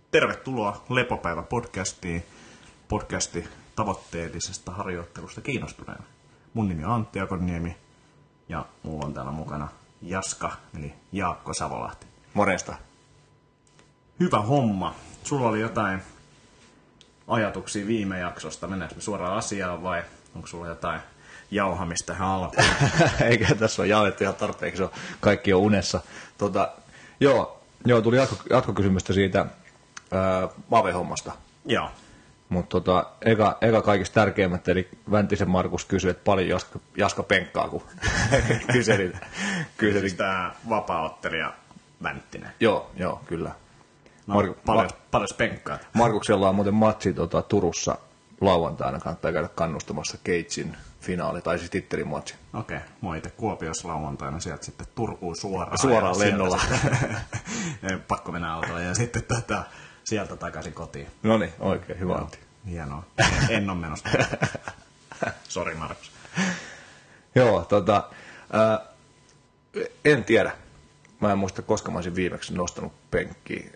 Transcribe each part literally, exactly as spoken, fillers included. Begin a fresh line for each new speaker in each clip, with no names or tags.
Tervetuloa Lepopäivä-podcastiin, podcasti tavoitteellisesta harjoittelusta kiinnostuneena. Mun nimi on Antti Akonniemi ja mulla on täällä mukana Jaska, eli Jaakko Savolahti.
Morjesta.
Hyvä homma. Sulla oli jotain ajatuksia viime jaksosta. Mennäänkö me suoraan asiaan vai onko sulla jotain jauhamista tähän alkuun?
Eikä tässä ole jauhettu ihan tarpeeksi, kaikki on unessa. Tota, joo, joo, tuli jatko, jatkokysymystä siitä ää, Mave-hommasta.
Joo.
Mutta tota, eka, eka kaikista tärkeimmät, eli Vänttisen Markus kysyi, että paljon Jaska, Jaska penkkaa, kun kyselin. kyselin.
Siis tämä vapaa-ottelija Vänttinen.
Joo, joo, kyllä.
No, Mark, paljon, Ma- paljon penkkaat.
Markuksella on muuten matsi tota, Turussa lauantaina, kannattaa käydä kannustamassa Cagein finaali, tai siis tittelin matsi.
Okei, okay. Mä oon itse Kuopiossa lauantaina, sieltä sitten Turkuun suoraan.
Suoraan lennolla.
Sitten, pakko mennä autolla ja sitten tätä, sieltä takaisin kotiin.
No niin, oikein, hyvä Antti.
Hienoa. En ole menossa. Sori Markus.
Joo, tota, ää, en tiedä. Mä en muista, koska mä olisin viimeksi nostanut penkkiä.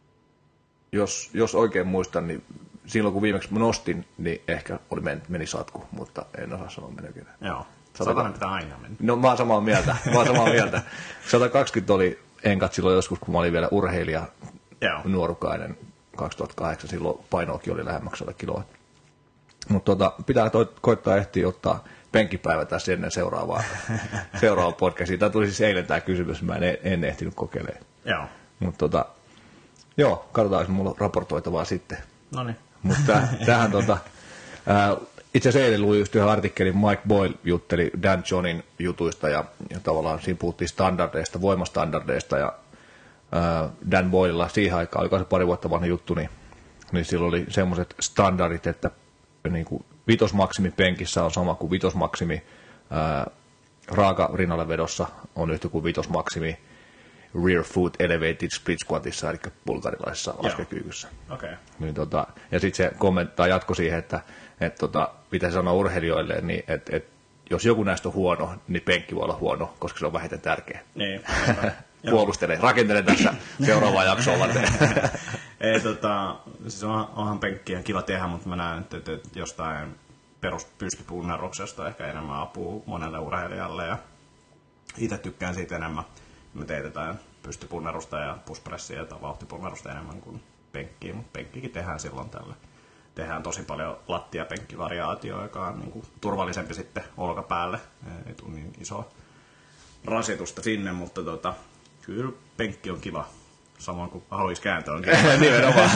Jos, jos oikein muistan, niin silloin kun viimeksi mä nostin, niin ehkä oli men, meni satku, mutta en osaa sanoa menekin.
Joo, satanen pitää aina mennä.
No mä oon samaa mieltä, mä oon samaa mieltä. sata kaksikymmentä oli enkat silloin joskus, kun mä olin vielä urheilija,
Joo.
nuorukainen, kaksituhattakahdeksan, silloin painoakin oli lähemmäksi sata kiloa. Mutta tota, pitää toi, koittaa ehtiä ottaa penkkipäivä tässä ennen seuraavaa, seuraavaa podcastia. Tämä tuli siis eilen tämä kysymys, mä en, en ehtinyt kokeilemaan.
Joo.
Mutta tota, joo, katsotaan, jos mulla on raportoitavaa sitten.
Noniin.
Mutta tähän tota, ää, itse asiassa eilen luin just yhden artikkelin, Mike Boyle jutteli Dan Johnin jutuista ja, ja tavallaan siinä puhuttiin standardeista, voimastandardeista ja ää, Dan Boylella siihen aikaan, oliko se pari vuotta vanha juttu, niin, niin silloin oli semmoiset standardit, että niin kuin vitosmaksimi penkissä on sama kuin vitosmaksimi ää, raaka rinnalle-vedossa on yhtä kuin vitosmaksimi rear foot elevated split squatissa, eli bulgarilaisessa laskekyykyssä.
Okay.
Niin tota, ja sitten se kommenttaa jatko siihen, että et tota, mitä se sanoo urheilijoille, niin että et, jos joku näistä on huono, niin penkki voi olla huono, koska se on vähiten tärkeä.
Niin.
Puolustelen, rakentelen tässä seuraavaa jaksoa varten.
Ei, tota, siis on, onhan penkkiä kiva tehdä, mutta mä näen, että, että, että jostain peruspystypunneruksesta ehkä enemmän apua monelle urheilijalle. Ja itse tykkään siitä enemmän. Me teetetään pystypunnerusta ja pushpressia tai vauhtipunnerusta enemmän kuin penkkiä, mutta penkkikin tehdään silloin tällä. Tehdään tosi paljon lattiapenkkivariaatioa, joka on niin kuin turvallisempi sitten olkapäälle. Ei tule niin isoa rasitusta sinne, mutta tota, kyllä penkki on kiva. Samoin kuin haluaisi kääntää on kiva.
Nimenomaan.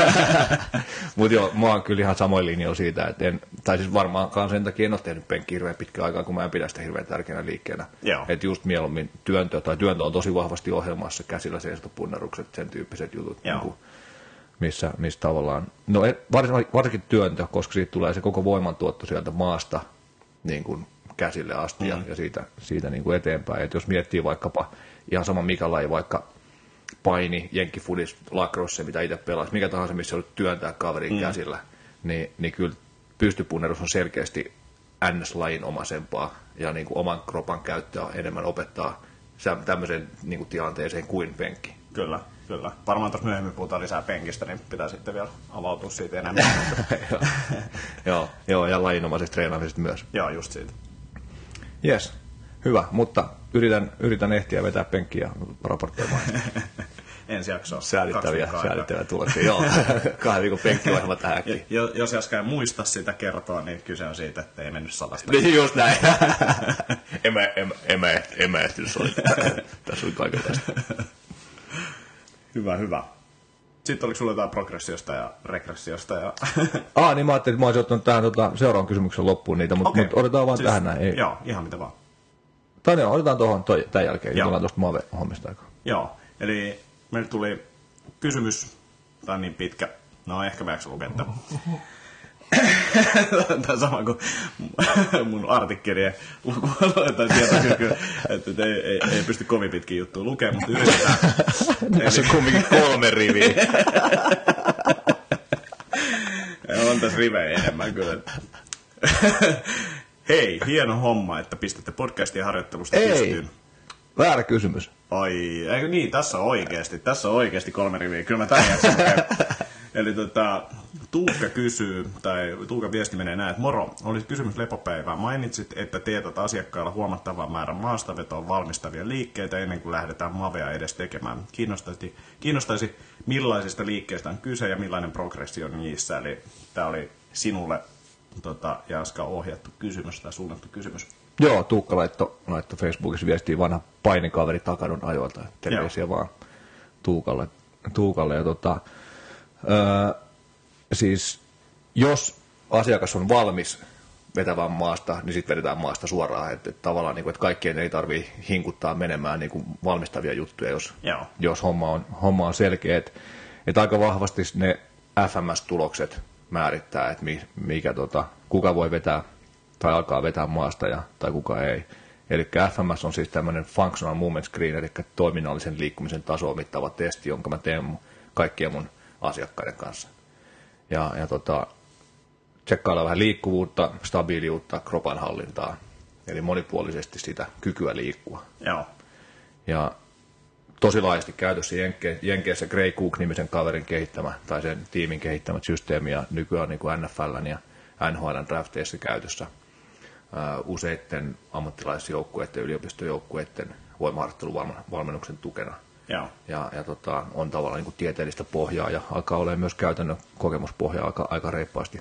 Mutta joo, mä oon kyllä ihan samoin linjoilla siitä, että en, tai siis varmaankaan sen takia en ole tehnyt penkkiä hirveän pitkään aikaa, kun mä en pidä sitä hirveän tärkeänä liikkeenä. Että just mieluummin työntö, tai työntö on tosi vahvasti ohjelmassa, käsillä seistopunnerukset, sen tyyppiset jutut, niin kuin, missä, missä tavallaan, no varsinkin, varsinkin työntö, koska siitä tulee se koko voimantuotto sieltä maasta niin kuin käsille asti mm. ja, ja siitä, siitä niin kuin eteenpäin. Et jos miettii vaikkapa ihan sama mikä laji, vaikka paini, jenkkifudis, lacrosse, mitä itse pelasi, mikä tahansa, missä olet työntää kaverin mm. käsillä, niin, niin kyllä pystypunnerus on selkeästi N S-lajin omaisempaa ja niin kuin oman kropan käyttöä enemmän opettaa tämmöiseen niin kuin tilanteeseen kuin penkki.
Kyllä, kyllä. Varmaan tuossa myöhemmin puhutaan lisää penkistä, niin pitää sitten vielä avautua siitä enemmän.
joo, joo, ja lajinomaisesta treenaamisesta myös.
Joo, just siitä.
Jes, hyvä, mutta yritän, yritän ehtiä vetää penkkiä raportoimaan.
Ensi jaksoa.
Säädittäviä, säädittäviä tuloksia. Joo, kahden viikon penkkiohjelma tähänkin.
Jos Jaska ei muista sitä kertoa, niin kyse on siitä, että ei mennyt satasta.
Niin just näin. en, mä, en, en, mä, en mä ehtinyt soittaa. Tässä oli kaikenlaista.
Hyvä, hyvä. Sitten oliko sulla jotain progressiosta ja regressiosta? Ja
ah, niin mä ajattelin, että mä olisin ottanut tähän tota, seuraavan kysymyksen loppuun niitä, mutta okay. mut otetaan vaan siis, tähän näin. Ei.
Joo, ihan mitä vaan.
Tai joo, otetaan tuohon tämän jälkeen, ja tuosta Mave-hommista aikaa.
Joo, eli meille tuli kysymys, tämä on niin pitkä, no ehkä mä jaksa lukea tämän. Tämä on sama kuin mun artikkelien luku, tai tietokyky, että ei, ei, ei pysty kovin pitkiä juttuja lukemaan, mutta yritetään.
Tässä on kumminkin kolme riviä.
On tässä rivejä enemmän kyllä. Hei, hieno homma, että pistätte podcastia harjoittelusta pystyyn.
Väärä kysymys.
Ai, eikö niin, tässä on oikeasti, tässä on oikeasti kolme riviä. Kyllä mä tämän jakson lukeen. Eli tota, Tuukka kysyy, tai Tuukan viesti menee näin, että moro, olisi kysymys lepopäivää. Mainitsit, että teetät asiakkailla huomattavan määrän maastavetoon valmistavia liikkeitä ennen kuin lähdetään Mavea edes tekemään. Kiinnostaisi, kiinnostaisi millaisista liikkeistä on kyse ja millainen progressio niissä. Eli tämä oli sinulle, tota, Jaska, ohjattu kysymys tai suunnattu kysymys.
Joo, Tuukka laittoi laitto Facebookissa viestiä vanha painikaveri Takadon ajoilta. Terveisiä vaan Tuukalle. Tuukalle. Ja tota, öö, siis jos asiakas on valmis vetämään maasta, niin sitten vedetään maasta suoraan. Että et tavallaan, niin kuin, että kaikkien ei tarvitse hinkuttaa menemään niin kuin valmistavia juttuja, jos, jos homma, on, homma on selkeä. Että et aika vahvasti ne F M S-tulokset määrittää, että mikä, tota, kuka voi vetää tai alkaa vetää maasta ja, tai kuka ei. Eli F M S on siis tämmöinen functional movement screen, eli toiminnallisen liikkumisen tasoa mittaava testi, jonka mä teen kaikkien mun asiakkaiden kanssa. Ja, ja tota, tsekkaillaan vähän liikkuvuutta, stabiiliutta, kropan hallintaa, eli monipuolisesti sitä kykyä liikkua.
Joo.
Ja tosi laajasti käytössä Jenke, Jenkeissä Gray Cook-nimisen kaverin kehittämä, tai sen tiimin kehittämät systeemi, ja nykyään niin kuin N F L:n ja N H L:n drafteissa käytössä uh, useiden ammattilaisjoukkueiden, yliopistojoukkueiden voimaharjoitteluvalmennuksen tukena.
Joo.
Ja, ja tota, on tavallaan niin kuin tieteellistä pohjaa ja alkaa olemaan myös käytännön kokemuspohjaa aika, aika reippaasti.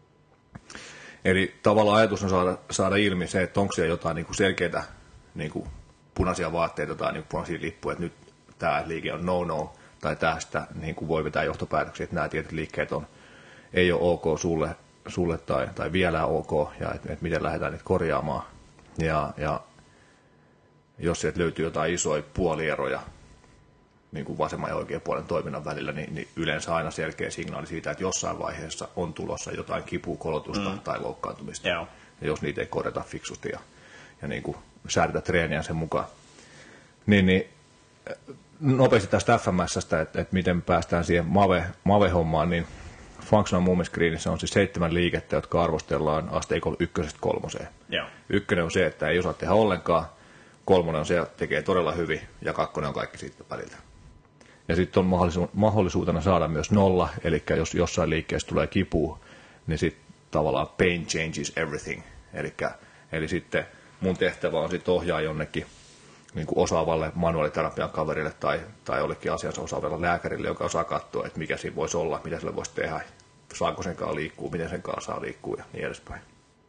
Eli tavallaan ajatus on saada, saada ilmi se, että onko siellä jotain niin kuin selkeitä niin kuin punaisia vaatteita tai niin kuin punaisia lippuja, että nyt tämä liike on no-no, tai tästä niin kuin voi vetää johtopäätöksiä, että nämä tietyt liikkeet on, ei ole ok sulle, sulle tai, tai vielä ok, ja että et miten lähdetään niitä korjaamaan. Ja, ja jos sieltä löytyy jotain isoja puolieroja, niin kuin vasemman ja oikean puolen toiminnan välillä, niin, niin yleensä aina selkeä signaali siitä, että jossain vaiheessa on tulossa jotain kipua, kolotusta mm. tai loukkaantumista.
Yeah.
Ja jos niitä ei korjata fiksusti ja, ja niin kuin säädetä treeniä sen mukaan. Niin, niin nopeasti tästä F M S:stä, että, että miten päästään siihen Mave, Mave-hommaan, niin Functional Movement Screenissä on siis seitsemän liikettä, jotka arvostellaan asteikolla ykkösestä kolmoseen.
Yeah.
Ykkönen on se, että ei osaa tehdä ollenkaan, kolmonen on se, että tekee todella hyvin, ja kakkonen on kaikki siitä väliltä. Ja sitten on mahdollisu- mahdollisuutena saada myös nolla, eli jos jossain liikkeessä tulee kipua, niin sitten tavallaan pain changes everything. Elikkä, eli sitten mun tehtävä on sitten ohjaa jonnekin niin kuin osaavalle manuaaliterapian kaverille tai, tai jollekin asiansa osaavalle lääkärille, joka osaa katsoa, että mikä siinä voisi olla, mitä sille voisi tehdä, saako sen kanssa liikkuu, miten sen kanssa saa liikkua ja niin edespäin.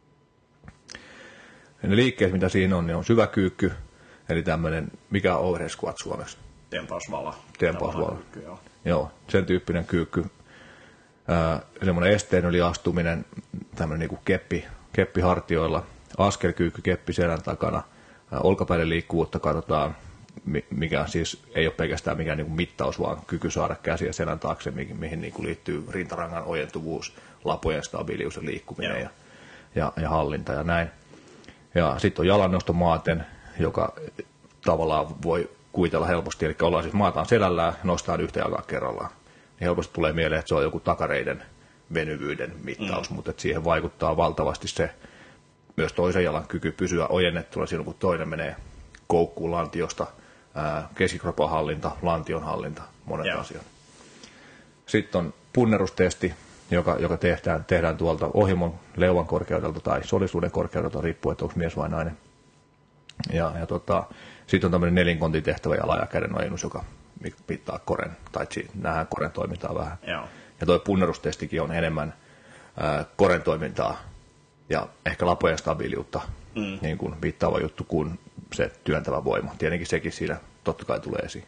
Ja ne liikkeet, mitä siinä on, niin on syväkyykky, eli tämmöinen, mikä on overhead squat suomeksi?
Tempausvala.
Tempausvala. Joo. Joo, sen tyyppinen kyykky. Äh, semmoinen esteen yli astuminen, tämmöinen niin kuin keppi, keppi hartioilla, askelkyykky, keppi selän takana, äh, olkapäiden liikkuvuutta katsotaan, mikä siis ei ole pelkästään mikään niin kuin mittaus, vaan kyky saada käsiä selän taakse, mihin, mihin niin kuin liittyy rintarangan ojentuvuus, lapojen stabiilius ja liikkuminen ja, ja, ja hallinta ja näin. Ja sitten on jalannosto maaten, joka tavallaan voi kuitella helposti, eli ollaan siis maataan selällään ja nostaan yhtä jalkaa kerrallaan. Niin helposti tulee mieleen, että se on joku takareiden venyvyyden mittaus, mm. mutta siihen vaikuttaa valtavasti se myös toisen jalan kyky pysyä ojennettuna silloin, kun toinen menee koukkuun lantiosta, keskikropan hallinta, lantion hallinta, monet yeah. asiat. Sitten on punnerustesti, joka, joka tehdään, tehdään tuolta ohjelmon leuan korkeudelta tai solisuuden korkeudelta, riippuen, että onko mies vai nainen. Ja, ja tota, sitten on tämmöinen nelinkontin tehtävä jala- ja käden ojennus, joka pitää koren, tai nähdään koren toimintaa vähän.
Joo.
Ja tuo punnerustestikin on enemmän ää, koren toimintaa ja ehkä lapojen stabiiliutta mm. niin kuin mittaava juttu kuin se työntävä voima. Tietenkin sekin siinä totta kai tulee esiin.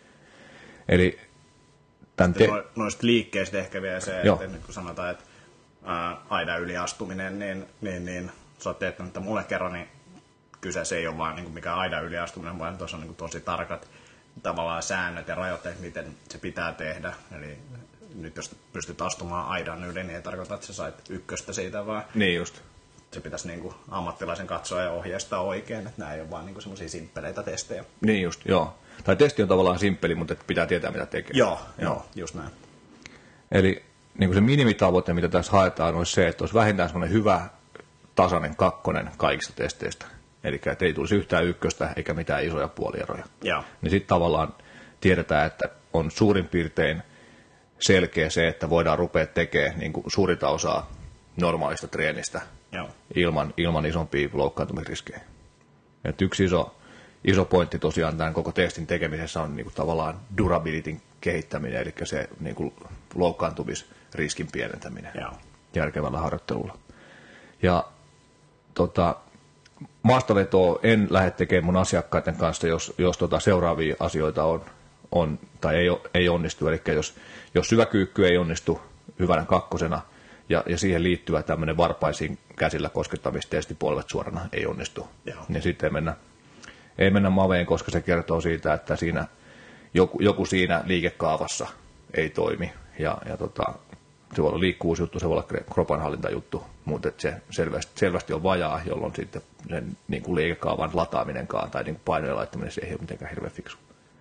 Eli tämän te-
no, noista liikkeistä ehkä vielä se, Joo. että nyt kun sanotaan, että ää, aidan yliastuminen, niin, niin, niin sä oot teettänyt, että mulle kerran, niin kyseessä ei ole vaan niin mikään aidan yliastuminen, vaan tuossa on niin tosi tarkat tavallaan säännöt ja rajoitteet, miten se pitää tehdä. Eli nyt jos pystyt astumaan aidan yli, niin ei tarkoita, että sä sait ykköstä siitä, vaan
niin just.
Se pitäisi niin kuin ammattilaisen katsoa ja ohjeistaa oikein, että nämä ei ole vaan niin semmoisia simppeleitä testejä.
Niin just, joo. Tai testi on tavallaan simppeli, mutta pitää tietää, mitä tekee.
Joo, joo, joo just näin.
Eli niin kuin se minimitavoite, mitä tässä haetaan, olisi se, että olisi vähintään semmoinen hyvä tasainen kakkonen kaikista testeistä. Eli että ei tulisi yhtään ykköstä eikä mitään isoja puolieroja.
Joo.
Niin sitten tavallaan tiedetään, että on suurin piirtein selkeä se, että voidaan rupea tekemään niin kuin suurinta osaa normaalista treenistä Joo. ilman, ilman isompia loukkaantumisriskejä. Et yksi iso, iso pointti tosiaan tämän koko testin tekemisessä on niin kuin tavallaan durabilityn kehittäminen, eli se niin kuin loukkaantumisriskin pienentäminen Joo. järkevällä harjoittelulla. Ja tota, maastavetoa en lähde tekemään mun asiakkaiden kanssa, jos, jos tota seuraavia asioita on, on tai ei, ei onnistu. Eli jos, jos syväkyykky ei onnistu hyvänä kakkosena ja, ja siihen liittyvä tämmöinen varpaisiin käsillä koskettamistesti polvet suorana ei onnistu, Joo. niin sitten ei mennä, ei mennä maveen, koska se kertoo siitä, että siinä joku, joku siinä liikekaavassa ei toimi. Ja, ja tota, se voi olla liikkuvuusjuttu, se voi olla kropanhallintajuttu, mutta se selvästi, selvästi on vajaa, jolloin sitten sen niin kuin liikekaavan lataaminenkaan tai niin kuin painojen laittaminen se ei ole mitenkään hirveän fiksu.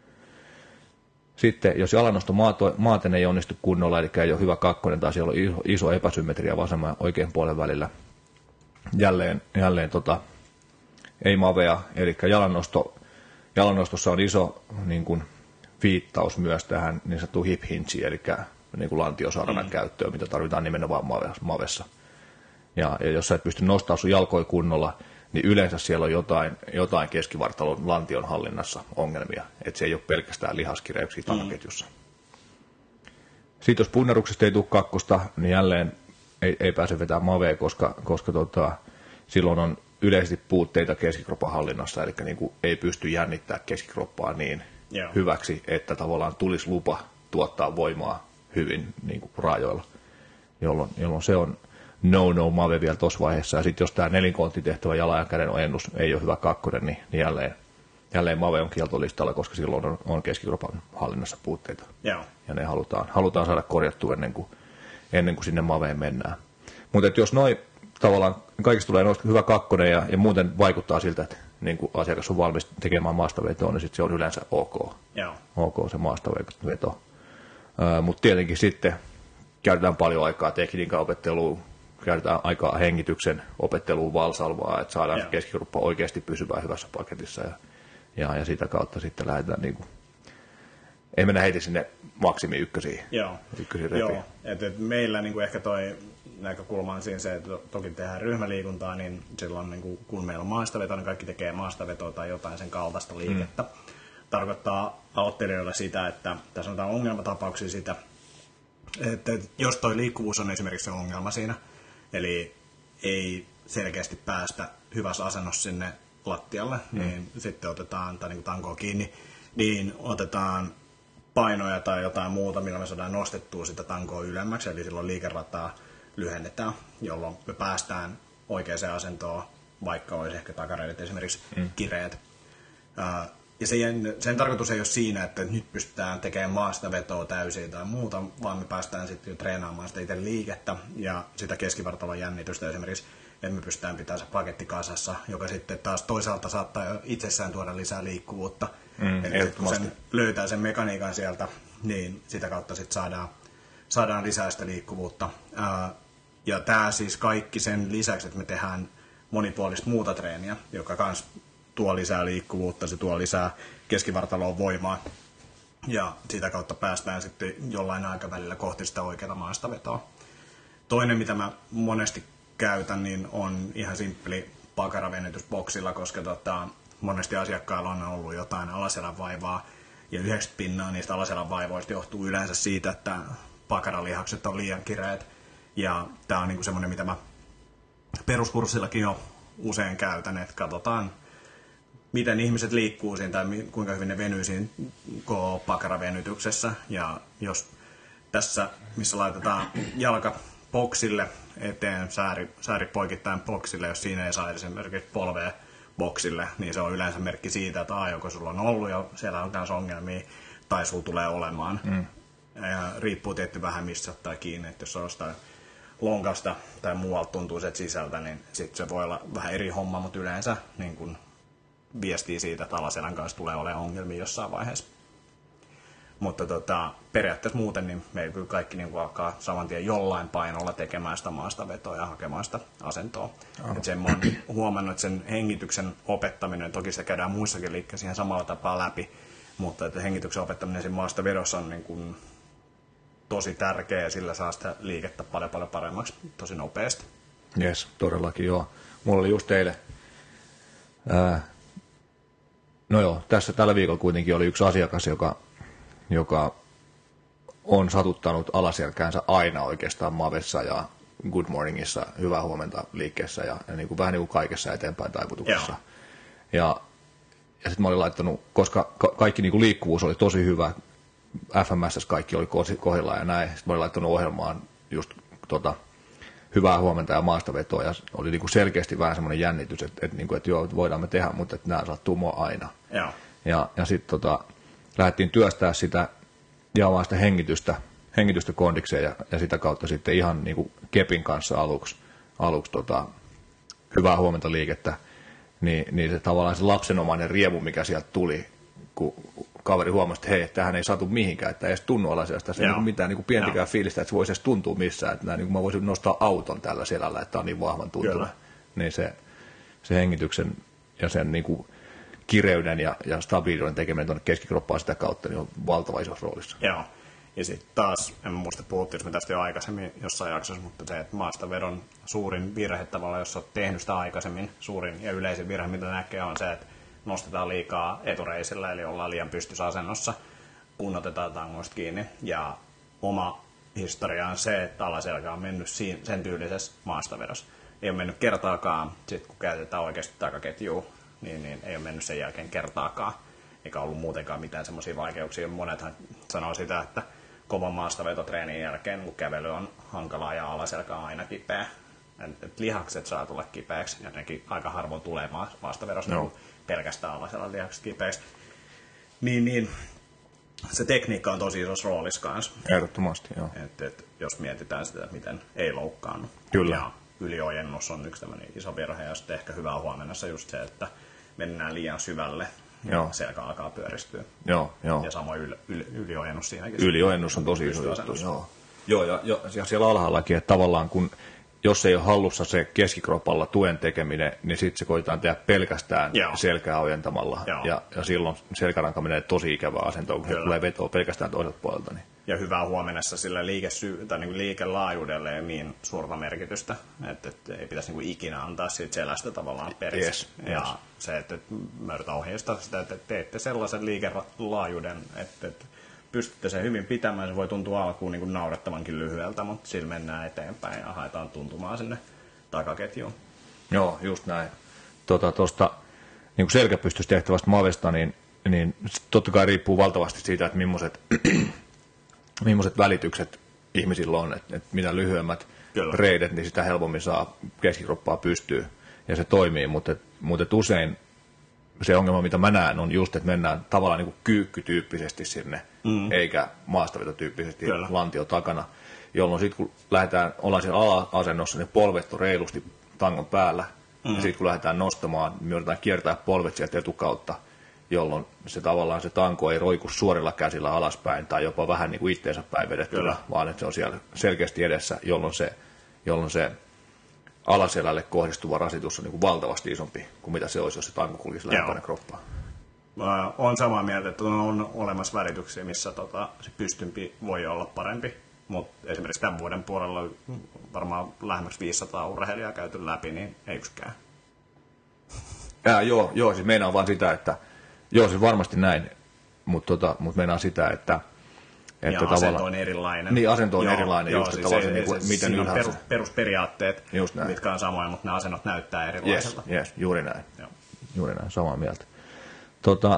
Sitten jos jalannosto maaten ei onnistu kunnolla, eli ei ole hyvä kakkonen tai siellä on iso, iso epäsymmetria vasemman ja oikean puolen välillä, jälleen, jälleen tota, ei mavea, eli jalannosto, jalannostossa on iso niin kuin, viittaus myös tähän niin sanottuun hip hingeen, eli niin kuin lantiosarnan mm. käyttöön, mitä tarvitaan nimenomaan mavessa. Ja, ja jos sä et pysty nostamaan sun jalkoja kunnolla, niin yleensä siellä on jotain, jotain keskivartalon lantion hallinnassa ongelmia. Että se ei ole pelkästään lihaskireyksiä takaketjussa. Mm. Sitten jos punneruksesta ei tule kakkosta, niin jälleen ei, ei pääse vetämään mavea, koska, koska tota, silloin on yleisesti puutteita keskikropan hallinnassa, eli niin kuin ei pysty jännittämään keskikroppaa niin yeah. hyväksi, että tavallaan tulisi lupa tuottaa voimaa hyvin niin kuin raajoilla, jolloin, jolloin se on no-no mave vielä tuossa vaiheessa. Ja sitten jos tämä nelinkonttitehtävä jalan ja käden ojennus ei ole hyvä kakkonen, niin, niin jälleen, jälleen mave on kieltolistalla, koska silloin on, on keskikropan hallinnassa puutteita. Joo. Ja ne halutaan, halutaan saada korjattua ennen kuin, ennen kuin sinne maveen mennään. Mutta jos noin tavallaan kaikista tulee hyvä kakkonen ja, ja muuten vaikuttaa siltä, että niin kuin asiakas on valmis tekemään maastavetoa, niin sitten se on yleensä ok. Joo. Ok se maastaveto. Mutta tietenkin sitten käytetään paljon aikaa tekniikan opetteluun, käytetään aikaa hengityksen opetteluun valsalvaa, että saadaan Joo. keskikroppa oikeasti pysyvää hyvässä paketissa ja, ja, ja sitä kautta sitten lähdetään niin kuin, ei mennä heti sinne maksimi ykkösiin. Joo, ykkösiin
Joo. Et, et meillä niin kuin ehkä toi näkökulma on siinä se, että toki tehdään ryhmäliikuntaa, niin silloin niin kuin, kun meillä on maastaveto, niin kaikki tekee maastavetoa tai jotain sen kaltaista liikettä. Mm. Tarkoittaa aloittelijoille sitä, että tässä on ongelmatapauksia sitä, että jos toi liikkuvuus on esimerkiksi se ongelma siinä, eli ei selkeästi päästä hyvässä asennossa sinne lattialle, mm. niin sitten otetaan, tai niin kuin tankoa kiinni, niin otetaan painoja tai jotain muuta, millä me saadaan nostettua sitä tankoa ylemmäksi, eli silloin liikerataa lyhennetään, jolloin me päästään oikeaan asentoon, vaikka olisi ehkä takareidet esimerkiksi mm. kireet. Ja sen, sen tarkoitus ei ole siinä, että nyt pystytään tekemään maastavetoa täysin tai muuta, vaan me päästään sitten jo treenaamaan sitä itse liikettä ja sitä keskivartalon jännitystä esimerkiksi, että me pystytään pitämään se paketti kasassa, joka sitten taas toisaalta saattaa itsessään tuoda lisää liikkuvuutta. Mm, Eli kun sen löytää sen mekaniikan sieltä, niin sitä kautta sitten saadaan, saadaan lisää sitä liikkuvuutta. Ja tämä siis kaikki sen lisäksi, että me tehdään monipuolista muuta treeniä, joka kans tuo lisää liikkuvuutta, se tuo lisää keskivartaloon voimaa ja sitä kautta päästään sitten jollain aikavälillä kohti sitä oikeaa maastavetoa. Toinen, mitä mä monesti käytän, niin on ihan simppeli pakaravenytys boksilla, koska tota, monesti asiakkailla on ollut jotain alaselän vaivaa ja yhdeksänkymmentä pinnaa niistä alaselän vaivoista johtuu yleensä siitä, että pakaralihakset on liian kireet ja tää on niinku semmoinen, mitä mä peruskurssillakin jo usein käytän, että katsotaan miten ihmiset liikkuu siinä tai kuinka hyvin ne venyy siinä pakaravenytyksessä. Ja jos tässä, missä laitetaan jalka boksille eteen, sääri, sääri poikittain boksille, jos siinä ei saa esimerkiksi polvea boksille, niin se on yleensä merkki siitä, että a, joko sulla on ollut ja siellä on taas ongelmia, tai sulla tulee olemaan. Mm. Ja riippuu tietty vähän missä ottaa kiinni, että jos on jostain lonkasta tai muualta tuntuu se sisältä, niin sitten se voi olla vähän eri homma, mutta yleensä niin kun viestii siitä, että alaselän kanssa tulee olemaan ongelmia jossain vaiheessa. Mutta tota, periaatteessa muuten niin meillä kyllä kaikki niin alkaa saman tien jollain painolla tekemään sitä maastavetoa ja hakemaan sitä asentoa. Et sen mä oon huomannut, että sen hengityksen opettaminen, toki se käydään muissakin liikkeissä ihan samalla tapaa läpi, mutta että hengityksen opettaminen siinä maastavedossa on niin kuin tosi tärkeä ja sillä saa sitä liikettä paljon paljon paremmaksi tosi nopeasti.
Jes, todellakin joo. Mulla oli just teille, ää, no joo, tässä tällä viikolla kuitenkin oli yksi asiakas, joka, joka on satuttanut alaselkäänsä aina oikeastaan Mavessa ja Good Morningissa, hyvää huomenta liikkeessä ja, ja niin kuin, vähän niin kuin kaikessa eteenpäin taivutuksessa. Joo. Ja, ja sitten mä olin laittanut, koska ka- kaikki niin kuin liikkuvuus oli tosi hyvä, F M S kaikki oli kohdillaan ja näin, sitten mä olin laittanut ohjelmaan just tota, hyvää huomenta ja maastavetoa ja oli niin kuin selkeästi vähän semmoinen jännitys, että, että, niin kuin, että joo, voidaan me tehdä, mutta että nämä sattuu mua aina.
Joo.
Ja, ja sitten tota, lähdettiin työstää sitä ja vaan sitä hengitystä, hengitystä kondikseen ja, ja sitä kautta sitten ihan niin kuin kepin kanssa aluksi, aluksi tota, hyvää huomenta liikettä, niin, niin se tavallaan se lapsenomainen riemu, mikä sieltä tuli, kun kaveri huomasi, että hei, tämähän ei satu mihinkään, että ei edes tunnu alaseasta, se ei niin mitään niin kuin pientikään Joo. fiilistä, että se voisi edes tuntua missään, että niin kuin mä voisin nostaa auton tällä selällä, että tämä on niin vahvan tuntuva, niin se, se hengityksen ja sen niin kuin kireyden ja, ja stabiilinen tekeminen tuonne keskikroppaan sitä kautta niin on valtava isossa roolissa.
Joo. Ja sitten taas, en muista puhuttiin tästä jo aikaisemmin jossain jaksossa, mutta se, että maastavedon suurin virhe tavallaan, jos olet tehnyt sitä aikaisemmin, suurin ja yleisin virhe, mitä näkee, on se, että nostetaan liikaa etureisillä, eli ollaan liian pystyssä asennossa, kun otetaan tangoista kiinni. Ja oma historia on se, että alaselkä on mennyt sen tyylisessä maastavedossa. Ei ole mennyt kertaakaan, sitten kun käytetään oikeasti takaketjua, niin, niin ei ole mennyt sen jälkeen kertaakaan. Eikä ollut muutenkaan mitään semmoisia vaikeuksia. Monethan sanoo sitä, että kovan maastavetotreenin jälkeen, kun kävely on hankalaa ja alaselkä on aina kipeä. Et lihakset saa tulla kipeäksi, ja nekin aika harvoin tulee maastavedossa no. pelkästään alaselän lihakset kipeäksi. Niin, niin se tekniikka on tosi isossa roolissa kanssa.
Ehdottomasti, joo.
Et, et, jos mietitään sitä, miten ei loukkaannut.
Kyllä.
Ja yliojennus on yksi tämmöinen iso virhe, ja sitten ehkä hyvää huomennassa just se, että mennään liian syvälle. Joo. Selkä alkaa pyöristyä.
Joo, joo.
Ja samoin yl, yl, yliojennus siinäkin.
Yliojennus on tosi iso juttu, joo. Joo, ja, ja siellä alhaallakin, että tavallaan kun, jos ei ole hallussa se keskikropalla tuen tekeminen, niin sitten se koitetaan tehdä pelkästään joo. selkää ojentamalla. Ja, ja silloin selkäranka menee tosi ikävää asentoon, kun Kyllä. se tulee vetoa pelkästään toiselta puolelta. Niin.
Ja hyvää huomennassa sillä liikesy- tai niin liikelaajuudelle ei niin suurta merkitystä, että, että ei pitäisi niin ikinä antaa siitä selästä tavallaan periksi.
Yes,
ja
yes.
se, että mä yritän ohjeistaa sitä, että teette sellaisen liikelaajuuden, että, että pystytte sen hyvin pitämään. Se voi tuntua alkuun niin kuin naurettavankin lyhyeltä, mutta sillä mennään eteenpäin ja haetaan tuntumaan sinne takaketjuun. Joo,
just näin. Tuosta tota, niin selkäpystystä tehtävästä Mavesta, niin, niin totta kai riippuu valtavasti siitä, että millaiset millaiset välitykset ihmisillä on, että, että mitä lyhyemmät Kyllä. reidet, niin sitä helpommin saa keskikroppaa pystyä ja se toimii, mutta, mutta usein se ongelma, mitä mä näen, on just, että mennään tavallaan niin kuin kyykkytyyppisesti sinne, mm. eikä maastavetotyyppisesti Kyllä. lantio takana, jolloin sitten kun lähdetään, ollaan siellä ala-asennossa, niin polvet on reilusti tangon päällä, mm. ja sitten kun lähdetään nostamaan, niin me yritetään kiertää polvet sieltä etukautta, jolloin se tavallaan se tanko ei roiku suorilla käsillä alaspäin tai jopa vähän niin kuin itteensä päin vedettynä, vaan että se on siellä selkeästi edessä, jolloin se, jolloin se alaselälle kohdistuva rasitus on niin kuin valtavasti isompi kuin mitä se olisi, jos se tanko kulkisi lähempänä kroppaa.
Olen samaa mieltä, että on olemassa välityksiä, missä tota, se pystympi voi olla parempi, mutta esimerkiksi tämän vuoden puolella on varmaan lähemmäksi viisisataa urheilijaa käyty läpi, niin ei yksikään.
Ja, joo, joo, siis meinaa vaan sitä, että joo, siis varmasti näin, mutta tota, mut meinaa sitä, että
että ja asento on erilainen.
Niin, asento on joo, erilainen.
Joo,
just,
siis
se,
se,
niin kuin,
se,
miten
siinä on perus, perusperiaatteet,
just
mitkä on samoja, mutta ne asennot näyttää erilaiselta.
Yes, yes, juuri näin. Joo. Juuri näin, samaa mieltä. Tota,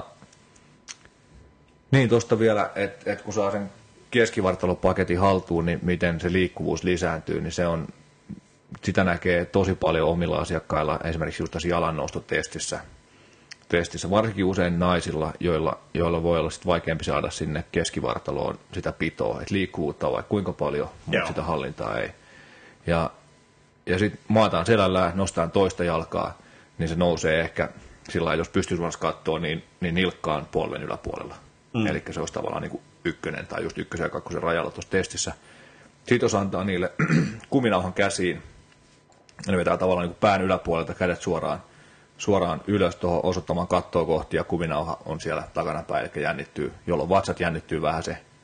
niin, tuosta vielä, että et kun saa sen keskivartalopaketin haltuun, niin miten se liikkuvuus lisääntyy, niin se on, sitä näkee tosi paljon omilla asiakkailla, esimerkiksi just tässä jalannoustotestissä. Testissä, varsinkin usein naisilla, joilla, joilla voi olla sit vaikeampi saada sinne keskivartaloon sitä pitoa, että liikkuvuutta on vaikka kuinka paljon, mutta Joo. sitä hallintaa ei. Ja, ja sitten maataan selällään, nostetaan toista jalkaa, niin se nousee ehkä sillä lailla, jos pystysuunnassa katsoo, niin, niin nilkkaan polven yläpuolella. Mm. Eli se olisi tavallaan niin kuin ykkönen tai just ykkösen ja kakkosen rajalla tuossa testissä. Sitten jos antaa niille kuminauhan käsiin, ne vetää tavallaan niin kuin pään yläpuolelta kädet suoraan, suoraan ylös tuohon osoittamaan kattoa kohti ja kuminauha on siellä takana päin, eli jännittyy, jolloin vatsat jännittyy vähän se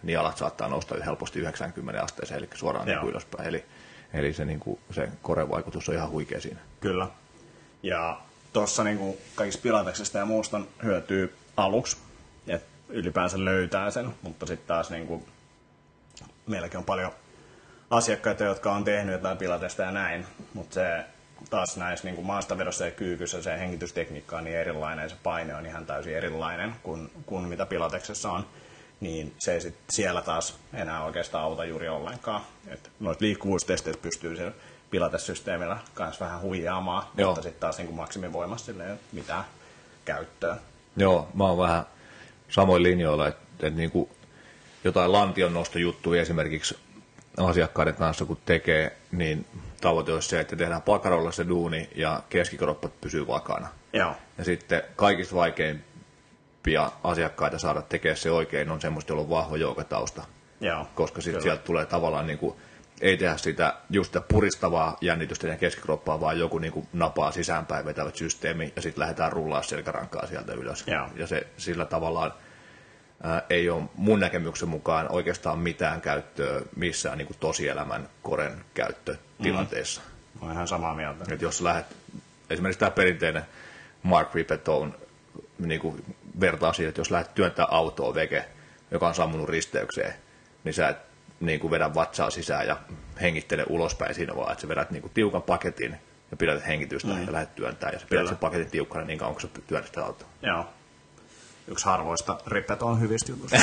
niin jalat saattaa nousta helposti yhdeksänkymmentä asteeseen, eli suoraan niin ylöspäin. Eli, eli se, niin kuin, se korevaikutus on ihan huikea siinä.
Kyllä. Ja tuossa niin kaikista pilateksesta ja muusta hyötyy aluksi, että ylipäänsä löytää sen, mutta sitten taas niin kuin, meilläkin on paljon asiakkaita, jotka on tehnyt jotain pilatesta ja näin, mutta se taas näissä niin kuin maastavedossa ja kyykyssä se hengitystekniikka on niin erilainen ja se paine on ihan täysin erilainen kuin, kuin mitä pilateksessa on, niin se ei sit siellä taas enää oikeastaan auta juuri ollenkaan. Et noita liikkuvuustesteet pystyy siellä pilatesysteemillä kanssa vähän huijaamaan, Joo. mutta sitten taas niin kuin maksimivoimassa sille ei ole mitään käyttöä.
Joo, mä oon vähän samoin linjoilla, että, että niin kuin jotain lantionnostojuttuja esimerkiksi asiakkaiden kanssa kun tekee, niin tavoite olisi se, että tehdään pakarolla se duuni ja keskikroppa pysyy vakana.
Joo.
Ja sitten kaikista vaikeimpia asiakkaita saada tekemään se oikein on semmoista, jolla on vahva joukatausta.
Joo.
Koska sitten sieltä tulee tavallaan niin kuin, ei tehdä sitä just sitä puristavaa jännitystä ja keskikroppaa, vaan joku niin kuin napaa sisäänpäin vetävät systeemi ja sitten lähdetään rullaa selkärankaa sieltä ylös.
Joo.
Ja se sillä tavallaan ää, ei ole mun näkemyksen mukaan oikeastaan mitään käyttöä missään niin kuin tosielämän koren käyttötilanteessa.
Mm. Olen ihan samaa mieltä.
Et jos lähdet, esimerkiksi tämä perinteinen Mark Rippeton niin kuin vertaa siihen, että jos lähdet työntää autoa veke, joka on sammunut risteykseen, niin sä et niin kuin vedä vatsaa sisään ja hengittele ulospäin siinä vaan, että sä vedät niin kuin tiukan paketin ja pidät hengitystä mm. ja lähdet työntämään ja sä pidät sen paketin tiukkana niin kauan, kun sä työnnät sitä autoa.
Joo. Yksi harvoista Rippeton hyvistä jutusta.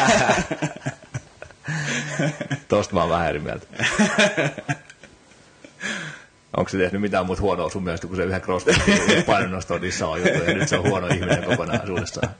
Tosta mä oon vähän eri mieltä. Onko se tehnyt mitään muuta huonoa sun mielestä, kun se yhden crossfit painonnostoon dissaa juttu ja nyt se on huono ihminen kokonaisuudessaan?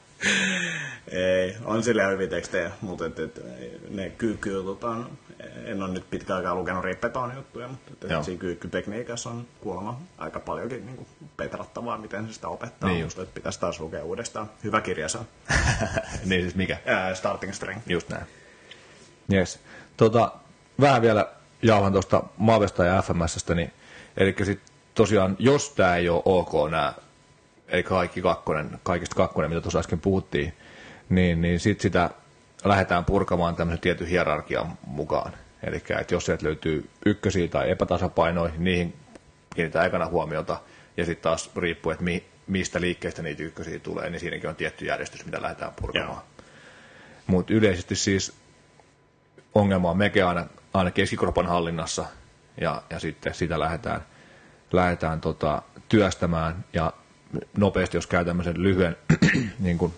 Ei, on silleen hyviä tekstejä, mutta et, et, ne kyykkyyjutut on, en ole nyt pitkään aikaa lukenut Rippeton juttuja, mutta et, et siinä kyykkytekniikassa on kuulemma aika paljonkin niin kuin petrattavaa, miten se sitä opettaa.
Niin just.
Että pitäisi taas lukea uudestaan. Hyvä kirja se on.
Niin siis mikä?
Ää, Starting Strength.
Just näin. Yes. Tota, vähän vielä jauhan tuosta Mavesta ja F M S:stä, niin eli sitten tosiaan, jos tämä ei ole ok nämä, eli kaikki kakkonen, kaikista kakkonen, mitä tuossa äsken puhuttiin, niin, niin sitten sitä lähdetään purkamaan tämmöisen tietyn hierarkian mukaan. Eli että jos sieltä löytyy ykkösiä tai epätasapainoja, niihin kiinnitetään ekana huomiota, ja sitten taas riippuu, että mi, mistä liikkeestä niitä ykkösiä tulee, niin siinäkin on tietty järjestys, mitä lähdetään purkamaan. Mutta yleisesti siis ongelma on mekin aina, aina keskikropan hallinnassa, ja, ja sitten sitä lähdetään, lähdetään tota, työstämään, ja nopeasti, jos käy tämmöisen lyhyen niin kuin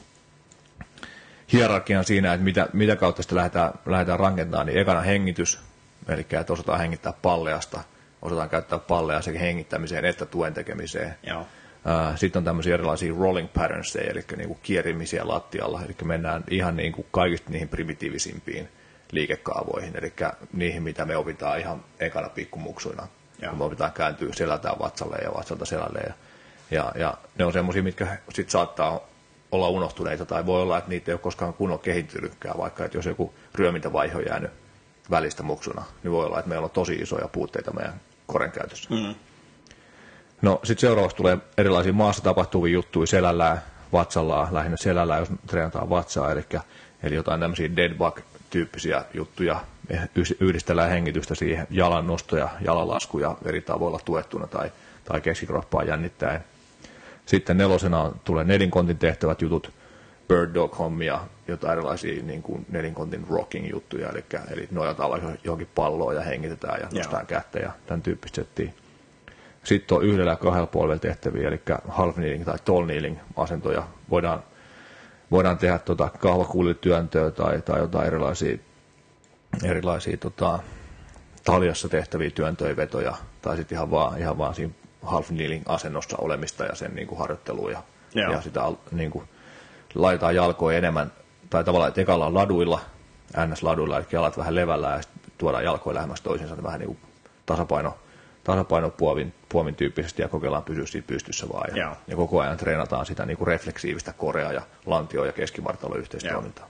hierarkian siinä, että mitä, mitä kautta sitä lähdetään, lähdetään rakentamaan, niin ekana hengitys, eli että osataan hengittää palleasta, osataan käyttää palleja sekä hengittämiseen että tuen tekemiseen.
Joo.
Sitten on tämmöisiä erilaisia rolling patterns, eli niin kuin kierimisiä lattialla, eli mennään ihan niin kuin kaikista niihin primitiivisimpiin liikekaavoihin, eli niihin, mitä me opitaan ihan ekana pikkumuksuina, kun me opitaan kääntyä selältään vatsalle ja vatsalta selälle, ja, ja, ja ne on semmoisia, mitkä sitten saattaa olla unohtuneita, tai voi olla, että niitä ei ole koskaan kunnon kehittynytkään, vaikka että jos joku ryömintävaihe on jäänyt välistä muksuna, niin voi olla, että meillä on tosi isoja puutteita meidän koren käytössä. Mm. No sitten seuraavaksi tulee erilaisia maassa tapahtuvia juttuja selällään, vatsallaan, lähinnä selällään, jos treenataan vatsaa, eli, eli jotain tämmöisiä dead bug-tyyppisiä juttuja, yhdistellään hengitystä siihen, jalan nostoja, jalanlaskuja eri tavoilla tuettuna tai, tai keskikroppaa jännittäen. Sitten nelosena tulee nelinkontin tehtävät jutut, bird dog hommia, jotain erilaisia niin kuin nelinkontin rocking juttuja, eli, eli nojataan vaikka johonkin palloon ja hengitetään ja nostetaan kättä ja tämän tyyppistä settiä. Sitten on yhdellä ja kahdella puolella tehtäviä, eli half kneeling tai tall kneeling asentoja. Voidaan, voidaan tehdä tuota kahvakuulityöntöä tai, tai jotain erilaisia, erilaisia tota, taljassa tehtäviä työntöjä, vetoja, tai sitten ihan vaan, ihan vaan siinä half kneeling asennossa olemista ja sen niin kuin harjoittelua. Ja, ja sitä niin kuin, laitetaan jalkoja enemmän, tai tavallaan, että ekalla on laduilla, N S-laduilla, eli jalat vähän levällä ja sitten tuodaan jalkoja lähemmäs toisiinsa, vähän niin kuin tasapaino. tasapainopuomin puomin tyyppisesti ja kokeillaan pysyä siinä pystyssä vaan. Ja, ja koko ajan treenataan sitä niin kuin refleksiivistä korea ja lantio- ja keskivartalon yhteistoimintaa.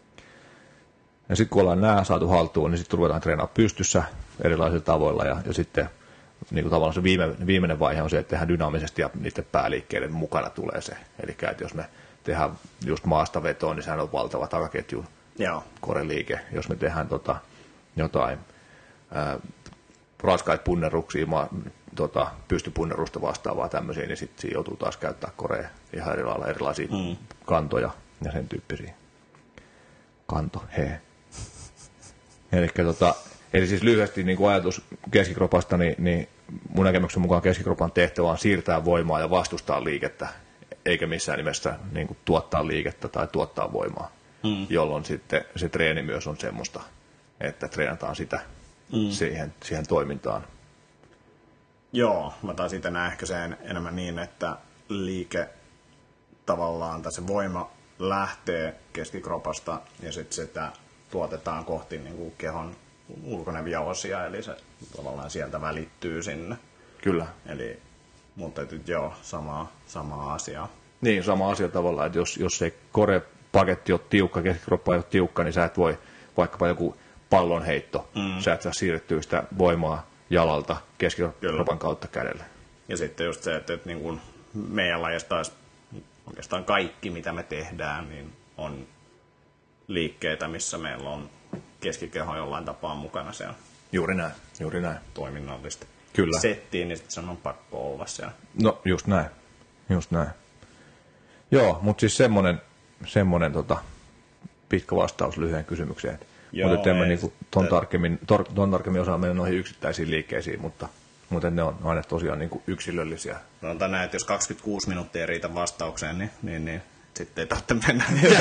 Ja sitten kun ollaan nämä saatu haltuun, niin sitten ruvetaan treenaamaan pystyssä erilaisilla tavoilla. Ja, ja sitten niin kuin tavallaan se viime, viimeinen vaihe on se, että tehdään dynaamisesti ja niiden pääliikkeiden mukana tulee se. Eli että jos me tehdään just maasta vetoa, niin sehän on valtava takaketju Joo. koreliike. Jos me tehdään tota, jotain ää, raskaita punnerruksia, ma, tota, pystypunnerusta vastaavaa tämmöisiä, niin sitten joutuu taas käyttää korea ihan eri lailla erilaisia mm. kantoja ja sen tyyppisiä. Kanto, he. Eli, tota, eli siis lyhyesti niin kuin ajatus keskikropasta, niin, niin mun näkemyksen mukaan keskikropan tehtävä on siirtää voimaa ja vastustaa liikettä, eikä missään nimessä niin kuin tuottaa liikettä tai tuottaa voimaa, mm. jolloin sitten se treeni myös on semmoista, että treenataan sitä mm. siihen, siihen toimintaan.
Joo, mä taas itse näen ehkä sen enemmän niin, että liike tavallaan, tai se voima lähtee keskikropasta ja sitten sitä tuotetaan kohti niin kuin kehon ulkonevia osia, eli se tavallaan sieltä välittyy sinne.
Kyllä.
Eli, mutta joo, samaa, samaa asiaa.
Niin, sama asia tavallaan, että jos, jos se korepaketti on tiukka, keskikroppa ei ole tiukka, niin sä et voi, vaikkapa joku pallonheitto, mm. sä et saa siirrettyä sitä voimaa jalalta keskikropan kautta kädelle.
Ja sitten just se, että, että niin kuin meidän lajissa taas oikeastaan kaikki, mitä me tehdään, niin on liikkeitä, missä meillä on keskikeho jollain tapaa mukana siellä.
Juuri näin, juuri näin.
Toiminnallista.
Kyllä.
Settiin, niin sitten sen on pakko olla siellä.
No, just näin. Just näin. Joo, mutta siis semmoinen, semmoinen tota, pitkä vastaus lyhyen kysymykseen. Mutta en mä niinku ton, tarkemmin, tor, ton tarkemmin osaa mennä noihin yksittäisiin liikkeisiin, mutta, mutta ne on aina tosiaan niinku yksilöllisiä.
Sanotaan näin, että jos kaksikymmentäkuusi minuuttia ei riitä vastaukseen, niin, niin, niin sitten ei tarvitse mennä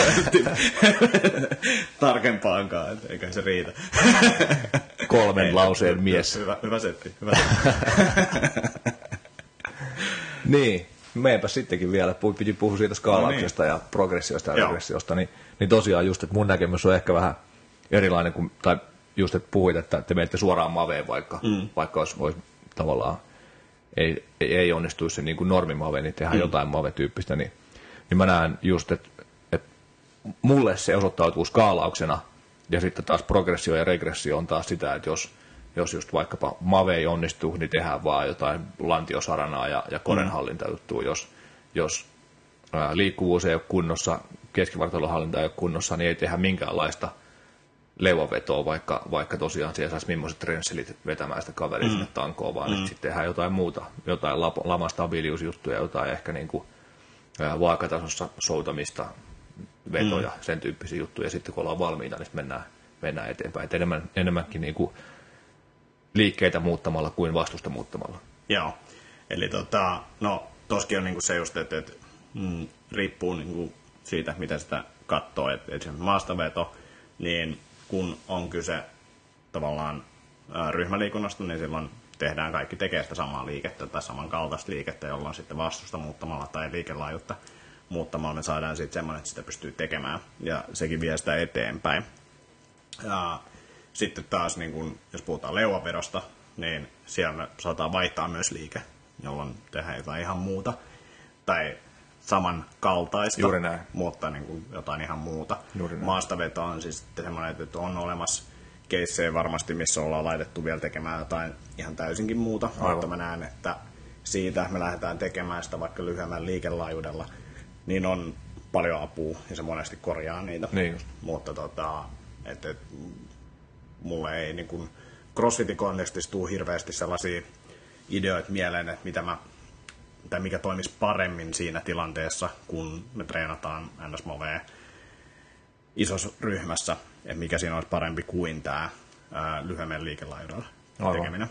tarkempaankaan, että eikä se riitä.
Kolmen ei, lauseen mies.
Hyvä, hyvä setti. Hyvä setti.
Niin, meenpä sittenkin vielä. Piti puhua siitä skaalauksesta no niin. ja progressiosta ja regressiosta. Niin, niin tosiaan just, että mun näkemys on ehkä vähän erilainen, kuin, tai just, että puhuit, että te menette suoraan maveen, vaikka, mm. vaikka olisi, olisi tavallaan ei, ei, ei onnistuisi se niin kuin normimave, niin tehdään mm. jotain mave-tyyppistä, niin, niin mä näen just, että, että mulle se osoittautuu skaalauksena, ja sitten taas progressio ja regressio on taas sitä, että jos, jos just vaikkapa mave ei onnistu, niin tehdään vaan jotain lantiosaranaa ja, ja konenhallintajuttua, jos, jos ää, liikkuvuus ei ole kunnossa, keskivartalohallinta ei ole kunnossa, niin ei tehdä minkäänlaista leuvavetoa, vaikka, vaikka tosiaan siellä saisi millaiset trensselit vetämään sitä kaveria mm. sinne tankoon, vaan mm. sitten tehdään jotain muuta, jotain lamastabiiliusjuttuja, jotain ehkä niin kuin vaakatasossa soutamista, vetoja, mm. sen tyyppisiä juttuja, ja sitten kun ollaan valmiita, niin mennään, mennään eteenpäin. Et enemmän, enemmänkin niin kuin liikkeitä muuttamalla kuin vastusta muuttamalla.
Joo, eli tota, no toskin on niin kuin se just, että, että mm, riippuu niin kuin siitä, miten sitä katsoo, että, että maastaveto, niin kun on kyse tavallaan ää, ryhmäliikunnasta, niin silloin tehdään kaikki tekee sitä samaa liikettä tai samankaltaista liikettä, jolloin sitten vastusta muuttamalla tai liikelaajuutta muuttamalla me saadaan sitten semmoinen, että sitä pystyy tekemään ja sekin vie sitä eteenpäin. Ja sitten taas, niin kun, jos puhutaan leuavedosta, niin siellä me saadaan vaihtaa myös liike, jolloin tehdään jotain ihan muuta tai samankaltaista,
Juuri näin.
mutta niin kuin jotain ihan muuta. Maastaveto on siis sitten semmoinen, että on olemassa keissejä varmasti, missä ollaan laitettu vielä tekemään jotain ihan täysinkin muuta, Aivan. mutta mä näen, että siitä me lähdetään tekemään sitä vaikka lyhyemmän liikelaajuudella, niin on paljon apua ja se monesti korjaa niitä.
Niin.
Mutta tota, et, et, mulle ei niin kuin CrossFitin kontekstissa tule hirveästi sellaisia ideoita mieleen, että mitä mä tai mikä toimisi paremmin siinä tilanteessa, kun me treenataan N S M O V isossa ryhmässä, että mikä siinä olisi parempi kuin tämä lyhyemmän liikelaajuudella tekeminen.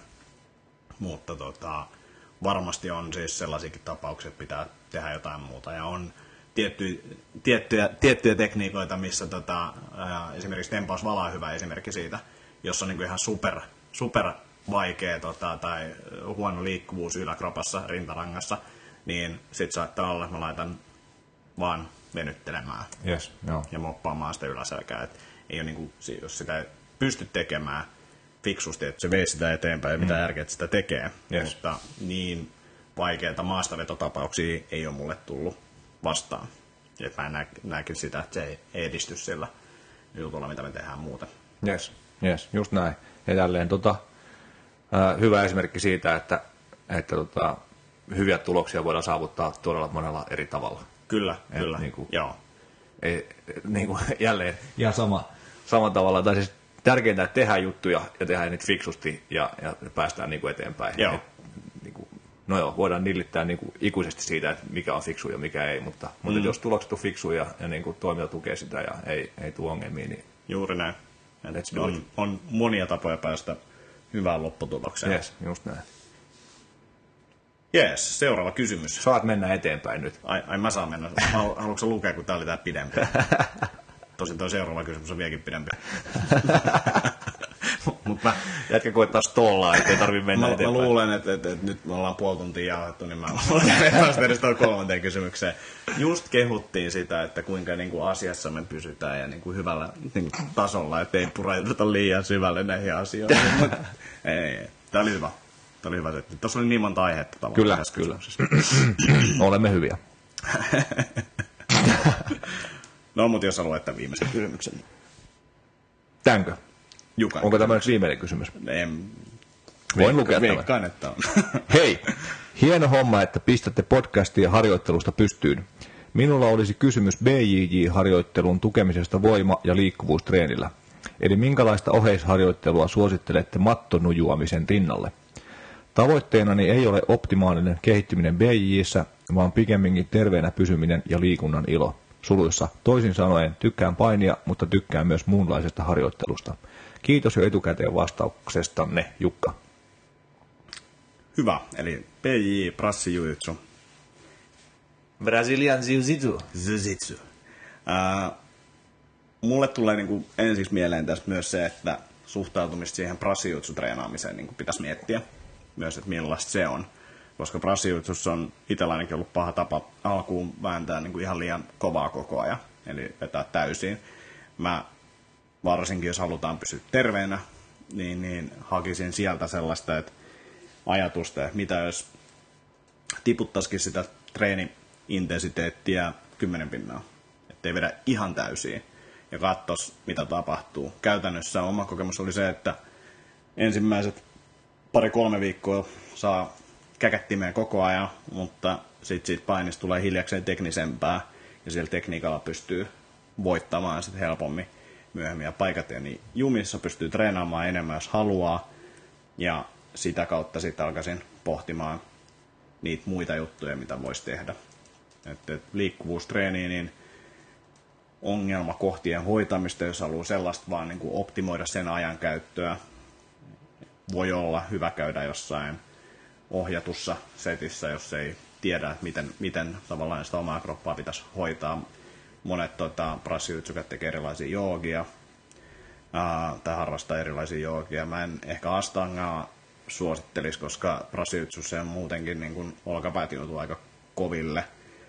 Mutta tota, varmasti on siis sellaisiakin tapauksia, että pitää tehdä jotain muuta. Ja on tiettyjä, tiettyjä, tiettyjä tekniikoita, missä tota, ää, esimerkiksi tempausvala on hyvä esimerkki siitä, jossa on niinku ihan super, super vaikea tota, tai huono liikkuvuus yläkropassa, rintarangassa, niin sit saattaa olla, että mä laitan vaan venyttelemään
yes, no.
ja moppaamaan sitä yläselkää. Et ei ole niinku, jos sitä ei pysty tekemään fiksusti, että se vei sitä eteenpäin ja mitä mm. järkeä, että sitä tekee.
Yes.
Mutta niin vaikeita maastavetotapauksia ei ole mulle tullut vastaan. Et mä en näkin sitä, että se ei edisty sillä jutulla, mitä me tehdään muuten.
Yes, yes, just näin. Ja jälleen tota, äh, hyvä esimerkki siitä, että, että tota, hyviä tuloksia voidaan saavuttaa todella monella eri tavalla.
Kyllä, Et kyllä,
niin kuin,
joo.
Ei, niin kuin, jälleen ihan sama, Saman tavalla, tai siis tärkeintä, että tehdään juttuja ja tehdään niitä fiksusti ja, ja päästään niin kuin eteenpäin.
Joo.
Et, niin kuin, no joo, voidaan nillittää niin kuin ikuisesti siitä, että mikä on fiksu ja mikä ei, mutta, mm. mutta jos tulokset on fiksuja ja niin kuin toiminta tukee sitä ja ei, ei tule ongelmia, niin...
Juuri näin. On, on monia tapoja päästä hyvään lopputulokseen.
Yes, just näin.
Jees, seuraava kysymys.
Saat mennä eteenpäin nyt.
Ai, ai mä saan mennä. Haluatko lukea, kun tää oli tää pidempi? Tosin tuo seuraava kysymys on vieläkin pidempi. Mut mä,
jätkä koettaa stollaa, ettei tarvi mennä
mä,
eteenpäin.
Mä luulen, että, että, että nyt me ollaan puoli tuntia jauhettu, niin mä luulen, että päästä edes tuohon kolmanteen kysymykseen. Just kehuttiin sitä, että kuinka niin kuin asiassa me pysytään ja niin kuin hyvällä niin kuin tasolla, ettei pureuduta liian syvälle näihin asioihin. ei, ei, tää oli hyvä. Tää oli hyvä. Tuossa oli niin monta aihetta tavallaan.
Kyllä, kyllä. Olemme hyviä.
No, mutta jos haluaa että viimeisen kysymyksen.
Tänkö?
Jukan.
Onko tämä yksi viimeinen kysymys?
En...
Voin lukea tämän.
Veikkaan, että on.
Hei! Hieno homma, että pistätte podcastia harjoittelusta pystyyn. Minulla olisi kysymys B J J-harjoittelun tukemisesta voima- ja liikkuvuustreenillä. Eli minkälaista oheisharjoittelua suosittelette mattonujuamisen rinnalle? Tavoitteenani ei ole optimaalinen kehittyminen B J J:ssä, vaan pikemminkin terveenä pysyminen ja liikunnan ilo. Suluissa toisin sanoen tykkään painia, mutta tykkään myös muunlaisesta harjoittelusta. Kiitos jo etukäteen vastauksestanne, Jukka.
Hyvä, eli B J J, Brassi Jiu-Jitsu.
Brazilian Jiu-Jitsu.
Jiu-Jitsu. Uh, mulle tulee niinku ensiksi mieleen tässä myös se, että suhtautumista siihen Brassi Jiu-Jitsu-treenaamiseen niinku pitäisi miettiä. Myös, että millaista se on. Koska Brassi Jiu-Jitsussa on itsellä ainakin ollut paha tapa alkuun vääntää niinku ihan liian kovaa koko ajan. Eli vetää täysin. Mä varsinkin jos halutaan pysyä terveenä, niin, niin hakisin sieltä sellaista että ajatusta, että mitä jos tiputtaisikin sitä treeni-intensiteettiä kymmenen pinnaa, ettei vedä ihan täysiin ja katsoisi, mitä tapahtuu. Käytännössä oma kokemus oli se, että ensimmäiset pari-kolme viikkoa saa käkättimeen koko ajan, mutta sitten siitä painista tulee hiljakseen teknisempää ja siellä tekniikalla pystyy voittamaan sitten helpommin myöhemmin. Ja paikat ja niin jumissa pystyy treenaamaan enemmän, jos haluaa. Ja sitä kautta sitten alkaisin pohtimaan niitä muita juttuja, mitä voisi tehdä. Että liikkuvuustreeni, niin ongelmakohtien hoitamista, jos haluaa sellaista vaan niin kuin optimoida sen ajan käyttöä. Voi olla hyvä käydä jossain ohjatussa setissä, jos ei tiedä, että miten, miten tavallaan sitä omaa kroppaa pitäisi hoitaa. Monet tota, brassijutsukat tekee erilaisia joogia ää, tai harrastaa erilaisia joogia. Mä en ehkä astangaa suosittelisi, koska brassijutsussa on muutenkin niin kun olkapäät joutuu aika koville.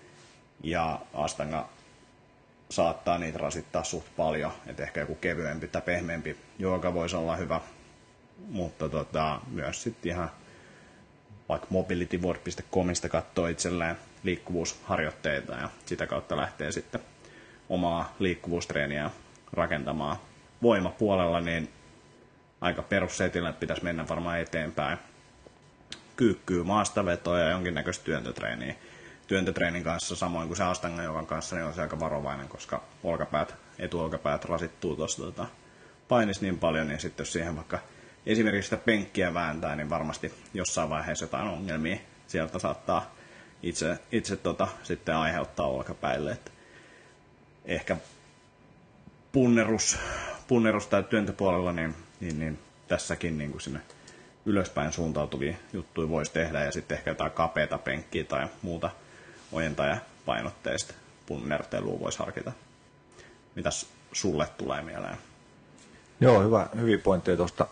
Ja astanga saattaa niitä rasittaa suht paljon. Et ehkä joku kevyempi tai pehmeämpi jooga voisi olla hyvä. Mutta tota, myös sitten ihan vaikka mobilityboard piste comista katsoo itselleen liikkuvuusharjoitteita ja sitä kautta lähtee sitten omaa liikkuvuustreeniä rakentamaan. Voimapuolella niin aika perussetillä pitäisi mennä varmaan eteenpäin. Kyykkyy, maastavetoa ja jonkinnäköistä työntötreeniä. Työntötreenin kanssa, samoin kuin se astangajogan kanssa, niin on se aika varovainen, koska olkapäät, etuolkapäät rasittuu tuosta tota, painista niin paljon, niin sitten jos siihen vaikka esimerkiksi sitä penkkiä vääntää, niin varmasti jossain vaiheessa jotain ongelmia sieltä saattaa itse, itse tota, sitten aiheuttaa olkapäille. Että ehkä punnerus, punnerus tai työntöpuolella, niin, niin, niin tässäkin niin kuin sinne ylöspäin suuntautuvia juttuja voisi tehdä, ja sitten ehkä jotain kapeata penkkiä tai muuta ojentajapainotteista punnertelua voisi harkita. Mitäs sulle tulee mieleen?
Joo, hyvä, hyviä pointteja tuosta.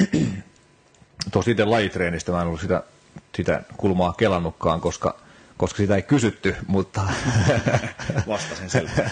Tuossa itse lajitreenistä mä en ollut sitä, sitä kulmaa kelannutkaan, koska, koska sitä ei kysytty, mutta...
Vastasin selkeä.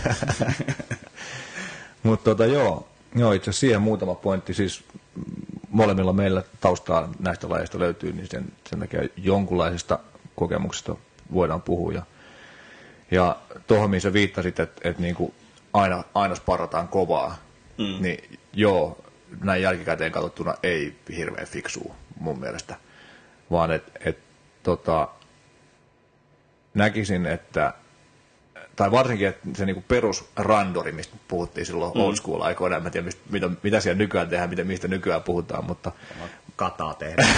Mutta tota, joo, joo, itse asiassa siihen muutama pointti. Siis molemmilla meillä taustaa näistä lajeista löytyy, niin sen, sen takia jonkunlaisesta kokemuksesta voidaan puhua. Ja, ja tuohon, mihin sä viittasit, että et niinku aina, aina sparrataan kovaa, mm. niin joo, näin jälkikäteen katsottuna ei hirveän fiksua mun mielestä, vaan että et, tota, näkisin, että tai varsinkin että se niinku perusrandori, mistä puhuttiin silloin mm. old school aikoina, en mä tiedä mistä, mitä, mitä siellä nykyään tehdään, mitä, mistä nykyään puhutaan, mutta...
Kataa tehdä.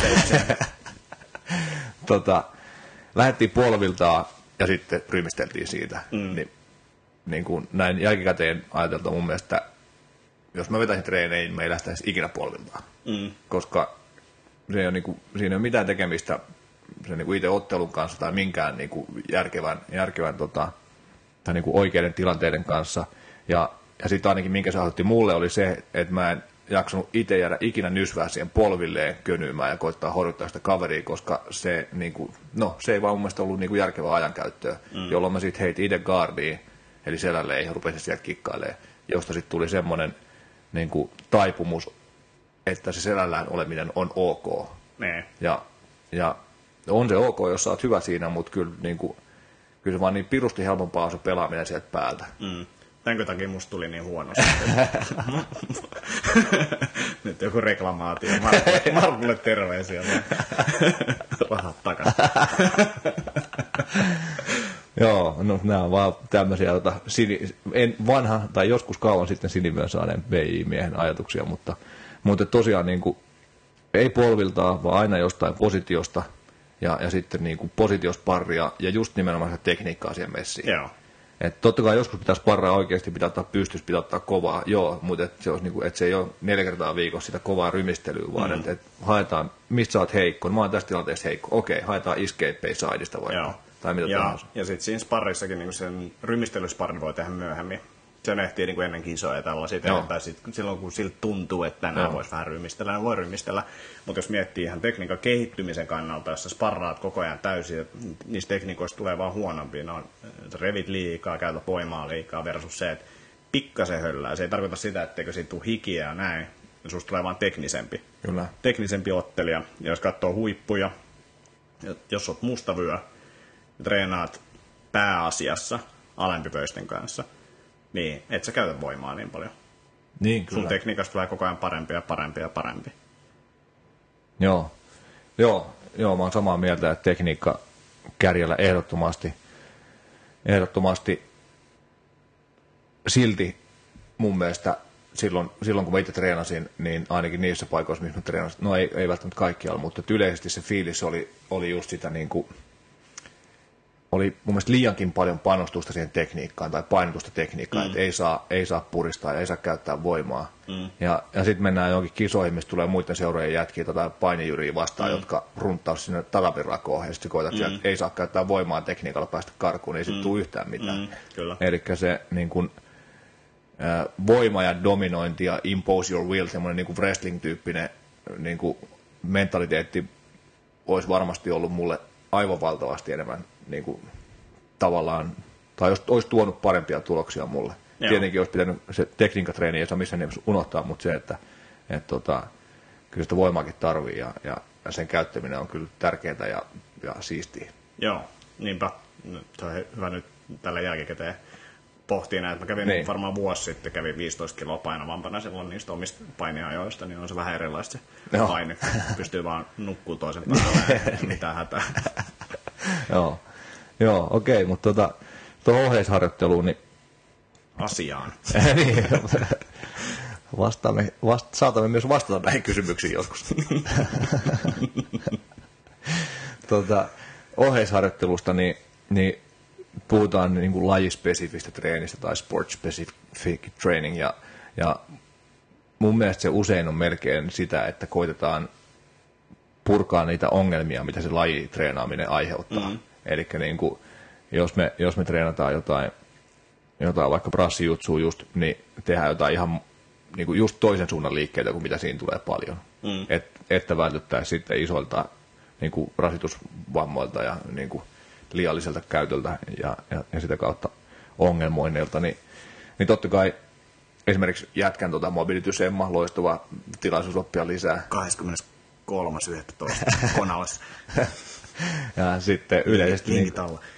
tota, lähdettiin polviltaan ja sitten rymisteltiin siitä. Mm. Niin, niin kuin näin jälkikäteen ajateltu mun mielestä, jos mä vetäisin treeneihin, me ei lähtäisi ikinä polviltaan. Mm. Koska se ei ole, niin kuin, siinä ei ole mitään tekemistä sen niin kuin itse ottelun kanssa tai minkään niin kuin järkevän, järkevän tota, tai niin kuin oikeiden tilanteiden kanssa. Ja, ja sitten ainakin minkä se aiheutti mulle oli se, että mä en jaksanut itse jäädä ikinä nysvää siihen polvilleen könyymään ja koittaa horjuttaa sitä kaveria, koska se, niin kuin, no, se ei vaan mun mielestä ollut niin kuin järkevää ajankäyttöä, mm. jolloin mä sitten heitin itse guardiin, eli selälleen ja rupesin sieltä kikkailemaan, josta sitten tuli semmoinen niin kuin taipumus, että se selällään oleminen on ok.
Nee.
Ja, ja on se ok, jos sä oot hyvä siinä, mutta kyllä, niin kuin, kyllä se vaan niin pirusti helpompaa on se pelaaminen sieltä päältä.
Mm. Tänkö takia musta tuli niin huonosti? Nyt joku reklamaatio. Markulle, Markulle terveisiä. Rahat takaisin.
Joo, no nämä on vaan tämmöisiä tota, sini, en, vanha tai joskus kauan sitten Sinimyön saaneen B I-miehen ajatuksia, mutta, mutta tosiaan niin kuin, ei polviltaa, vaan aina jostain positiosta ja, ja sitten niin kuin positiosparria ja just nimenomaan se tekniikkaa siihen messiin.
Joo.
Että totta kai joskus pitää sparraa oikeasti, pitää ottaa pystyssä, pitää ottaa kovaa, joo, mutta et se, niinku, et se ei ole neljä kertaa viikossa sitä kovaa rymistelyä, vaan mm. että et haetaan, mistä sä oot heikko, no, mä oon tässä tilanteessa heikko, okei, haetaan escape sideista vaikka,
joo.
tai mitä
ja,
tahansa.
Ja sitten siinä sparrissakin niin sen rymistelysparrin voi tehdä myöhemmin. Se ehtii niin ennen kisoja tällaisia tehdä, tai sit, silloin kun siltä tuntuu, että tänään voisi vähän rymistellä, niin voi rymistellä. Mutta jos miettii ihan tekniikan kehittymisen kannalta, jos sä sparraat koko ajan täysin, että niistä tekniikoista tulee vaan huonompia. No, revit liikaa, käytät voimaa liikaa versus se, että pikkasen höllää. Se ei tarkoita sitä, etteikö siitä tule hikiä ja näin. Susta tulee vaan teknisempi.
Kyllä.
Teknisempi ottelija. Ja jos katsoo huippuja, jos oot mustavyö, ja treenaat pääasiassa alempipöisten kanssa, niin et sä käytä voimaa niin paljon.
Niin, kyllä.
Sun tekniikasta tulee koko ajan parempi ja parempi ja parempi.
Joo, joo, joo, mä oon samaa mieltä, että tekniikka kärjellä ehdottomasti, ehdottomasti silti mun mielestä silloin, silloin kun mä itse treenasin, niin ainakin niissä paikoissa, missä mä treenasin, no ei, ei välttämättä kaikkialla, mutta yleisesti se fiilis oli, oli just sitä niin kuin, oli mun mielestä liiankin paljon panostusta siihen tekniikkaan tai painotusta tekniikkaan, mm. että ei saa, ei saa puristaa ja ei saa käyttää voimaa. Mm. Ja, ja sitten mennään johonkin kisoihin, mistä tulee muiden seurojen jätkiä tai painijyriä vastaan, mm. jotka runtaa sinne takapirakoon ja sitten koetat mm. sieltä, että ei saa käyttää voimaa tekniikalla päästä karkuun, niin ei sitten mm. tule yhtään mitään. Mm. Eli se niin kun, äh, voima ja dominointi ja impose your will, semmoinen niin kuin wrestling-tyyppinen niin kuin mentaliteetti olisi varmasti ollut mulle aivan valtavasti enemmän niin kuin, tavallaan, tai olisi, olisi tuonut parempia tuloksia mulle. Joo. Tietenkin olisi pitänyt se tekniikkatreeni, ei saa missään nimessä unohtaa, mutta se, että et, tota, kyllä sitä voimaakin tarvii ja, ja, ja sen käyttäminen on kyllä tärkeää ja, ja siistiä.
Joo, niinpä. Se on hyvä nyt tällä jälkikäteen pohtia näin, että mä kävin niin. varmaan vuosi sitten, kävin viisitoista kiloa painavampana silloin niistä omista painiajoista, niin on se vähän erilaista se Joo. paine. Pystyy vaan nukkuu toisen päälle, mitään hätää.
Joo. Joo, okei, mutta tuota, tuohon ohjeisharjoitteluun, niin...
Asiaan.
niin, vastaamme, vasta, saatamme myös vastata näihin kysymyksiin joskus. tuota, ohjeisharjoittelusta, niin, niin puhutaan niin kuin lajispesifistä treenistä tai sport-specific training, ja, ja mun mielestä se usein on melkein sitä, että koitetaan purkaa niitä ongelmia, mitä se lajitreenaaminen aiheuttaa. Mm-hmm. Eli niin kuin, jos, me, jos me treenataan jotain, jotain vaikka brassijutsua just, niin tehdään jotain ihan niin kuin just toisen suunnan liikkeitä kuin mitä siinä tulee paljon. Mm. Et, että vältyttäisiin sitten isoilta niin kuin rasitusvammoilta ja niin kuin liialliselta käytöltä ja, ja, ja sitä kautta ongelmoinnilta. Niin, niin totta kai esimerkiksi jätkän tuota Mobility Semma, loistava tilaisuus oppia lisää.
kahdeskymmeneskolmas yhdestoista Konalassa.
Ja sitten yleisesti, niin,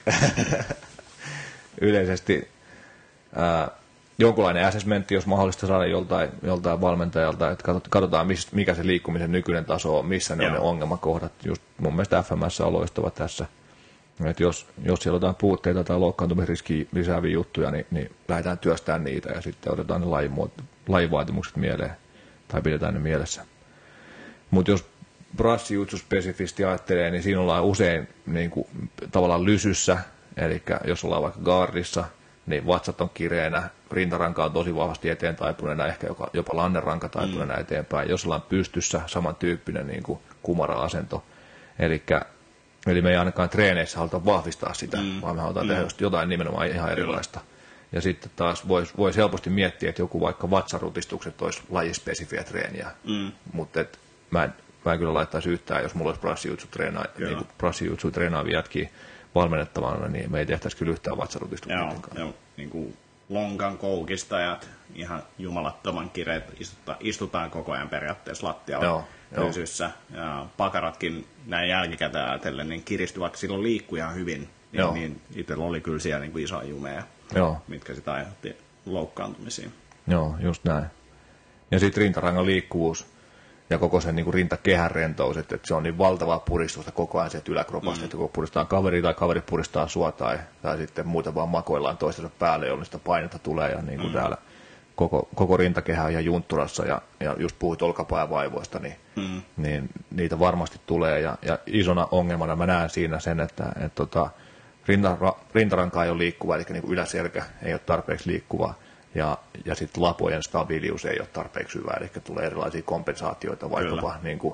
yleisesti ää, jonkunlainen assessmentti, jos mahdollista saada joltain, joltain valmentajalta, että katsotaan, mikä se liikkumisen nykyinen taso on, missä ne Joo. on ne ongelmakohdat. Just mun mielestä F M S on loistava tässä, Et jos, jos siellä on jotain puutteita tai loukkaantumisriskiä lisääviä juttuja, niin, niin lähdetään työstämään niitä ja sitten otetaan ne lajivaatimukset mieleen tai pidetään ne mielessä. Mutta jos brassijutsu spesifisti ajattelee, niin siinä ollaan usein niin kuin, tavallaan lysyssä, eli jos ollaan vaikka guardissa, niin vatsat on kireänä, rintaranka on tosi vahvasti eteen taipuneena, ehkä jopa lanneranka taipuneena mm. eteenpäin. Jos ollaan pystyssä, samantyyppinen niin kuin kumara-asento. Elikkä, eli me ei ainakaan treeneissä haluta vahvistaa sitä, mm. vaan me halutaan mm. tehdä jotain nimenomaan ihan erilaista. Ja sitten taas voisi vois helposti miettiä, että joku vaikka vatsarutistukset olisi lajispesifiä treeniä, mm. mutta mä, mä en kyllä laittaisi yhtään, jos mulla olisi brassijutsu treenaa, niin brassijutsu treenaavia jätkiä valmennettavana, niin me ei tehtäisi kyllä yhtään vatsarutistuksia.
Joo, joo, niin kuin lonkan koukistajat, ihan jumalattoman kireet, istutaan, istutaan koko ajan periaatteessa lattialla fysyssä. Ja pakaratkin näin jälkikäteen ajatellen, niin kiristyi, vaikka silloin liikkui ihan hyvin, niin, niin itsellä oli kyllä siellä niin kuin isoja jumeja, joo. mitkä sitä aiheutti loukkaantumisiin.
Joo, just näin. Ja sitten rintarangan liikkuvuus ja koko sen niin kuin rintakehän rentous, että se on niin valtavaa puristusta koko ajan sieltä yläkropasta, mm. että kun puristaa kaveri tai kaveri puristaa sua tai, tai sitten muuten vaan makoillaan toistensa päälle, jolloin sitä painetta tulee ja niin kuin mm. täällä koko, koko rintakehä on ihan juntturassa ja, ja just puhuit olkapäävaivoista, niin, mm. niin niitä varmasti tulee ja, ja isona ongelmana mä näen siinä sen, että et, tota, rinta, rintaranka ei ole liikkuva, eli niin kuin yläselkä ei ole tarpeeksi liikkuvaa. Ja, ja sitten lapojen stabiilius ei ole tarpeeksi hyvä, eli tulee erilaisia kompensaatioita, vaikkapa niin kuin,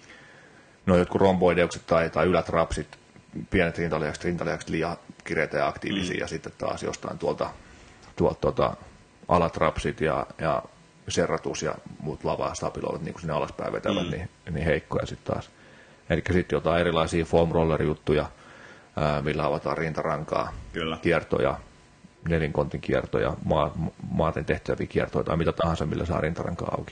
no jotkut romboideukset tai, tai ylätrapsit, pienet rintalihakset, rintalihakset liian kireitä ja aktiivisia, mm. ja sitten taas jostain tuolta, tuolta tuota, alatrapsit ja, ja serratus ja muut lavaa stabiloivat niin kuin sinne alaspäin vetävät, mm. niin, niin heikkoja sitten taas. Eli sitten jotain erilaisia foam roller-juttuja, ää, millä avataan rintarankaa, Kyllä. kiertoja, nelinkontin kiertoja, maa, maaten tehtäviä kiertoja tai mitä tahansa, millä saa rintarankaa auki.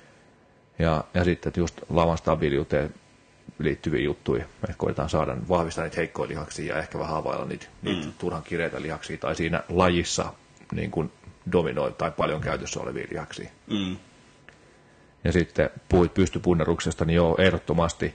Ja, ja sitten just lavan stabiiliuteen liittyviä juttuja. Me koetaan saada vahvistaa niitä heikkoja lihaksia ja ehkä vähän havailla niitä, mm. niitä turhan kireitä lihaksia tai siinä lajissa niin kuin dominoi tai paljon käytössä olevia lihaksia. Mm. Ja sitten puhuit pystypunneruksesta, niin joo, ehdottomasti,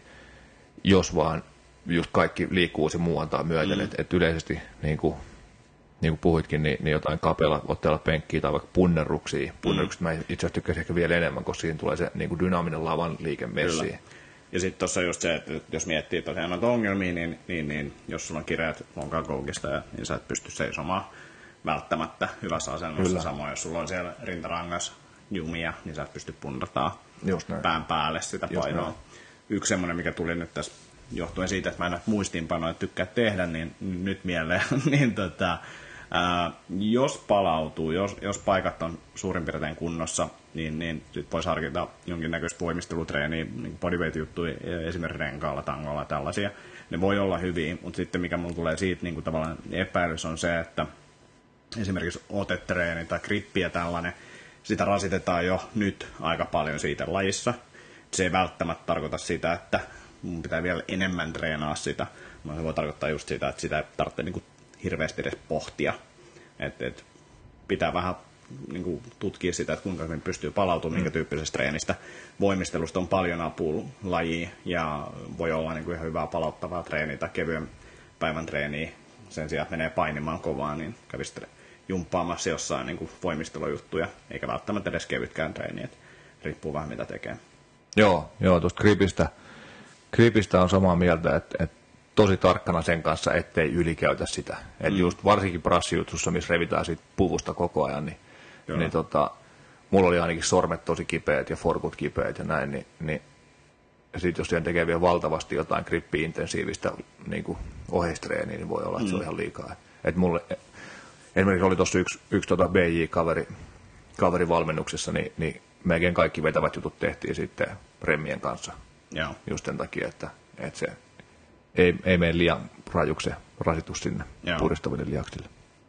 jos vaan just kaikki liikkuu se muu antaa myöten, mm. että et yleisesti niin kuin niin kuin puhuitkin, niin, niin jotain kapealla otteella penkkiä tai vaikka punnerruksia. Punnerrukset mm. mä itse asiassa tykkäisin ehkä vielä enemmän, koska siinä tulee se niin kuin dynaaminen lavan liike messiin.
Ja sitten tuossa just se, että jos miettii tosiaan noita ongelmia, niin, niin, niin jos sulla on kireät lonkakoukista, niin sä et pysty seisomaan välttämättä hyvässä asennossa. Kyllä. Samoin jos sulla on siellä rintarangas jumia, niin sä et pysty punnertaa pään päälle sitä painoa. Yksi semmoinen, mikä tuli nyt tässä johtuen siitä, että mä en muistiinpanoja tykkää tehdä, niin nyt mieleen, niin tota, ää, jos palautuu, jos, jos paikat on suurin piirtein kunnossa, niin, niin sit voisi harkita jonkinnäköistä voimistelutreeniä, niin bodyweight-juttuja, esimerkiksi renkaalla, tangolla, tällaisia. Ne voi olla hyviä, mutta sitten mikä mulla tulee siitä niin kuin tavallaan epäilys on se, että esimerkiksi otetreeni tai grippi ja tällainen, sitä rasitetaan jo nyt aika paljon siitä lajissa. Se ei välttämättä tarkoita sitä, että mun pitää vielä enemmän treenaa sitä. No, se voi tarkoittaa just sitä, että sitä ei tarvitse niin kuin hirveästi edes pohtia. Et, et pitää vähän niin kuin tutkia sitä, että kuinka pystyy palautumaan, mm. minkä tyyppisestä treenistä. Voimistelusta on paljon apua lajia ja voi olla niin kuin ihan hyvää palauttavaa treeniä tai kevyen päivän treeniä. Sen sijaan, että menee painimaan kovaa, niin kävisi jumppaamassa jossain niin kuin voimistelujuttuja, eikä välttämättä edes kevytkään treeniä. Riippuu vähän mitä tekee.
Joo, joo tuosta gripistä. Gripistä on samaa mieltä, että, että tosi tarkkana sen kanssa, ettei ylikäytä sitä. Mm. Että just varsinkin brassijutsussa, missä revitään siitä puvusta koko ajan, niin, niin tota, mulla oli ainakin sormet tosi kipeät ja forkut kipeät ja näin, niin, niin sitten jos siihen tekee vielä valtavasti jotain grippi-intensiivistä niin kuin oheistreeniä, niin voi olla, että mm. se on ihan liikaa. Että mulle, esimerkiksi oli tuossa yksi, yksi tota B J-kaveri kaveri valmennuksessa, niin, niin melkein kaikki vetävät jutut tehtiin sitten remmien kanssa. Joo. Just sen takia, että, että se ei, ei mene liian rajuksi se rasitus sinne Joo. puristaville lihaksille.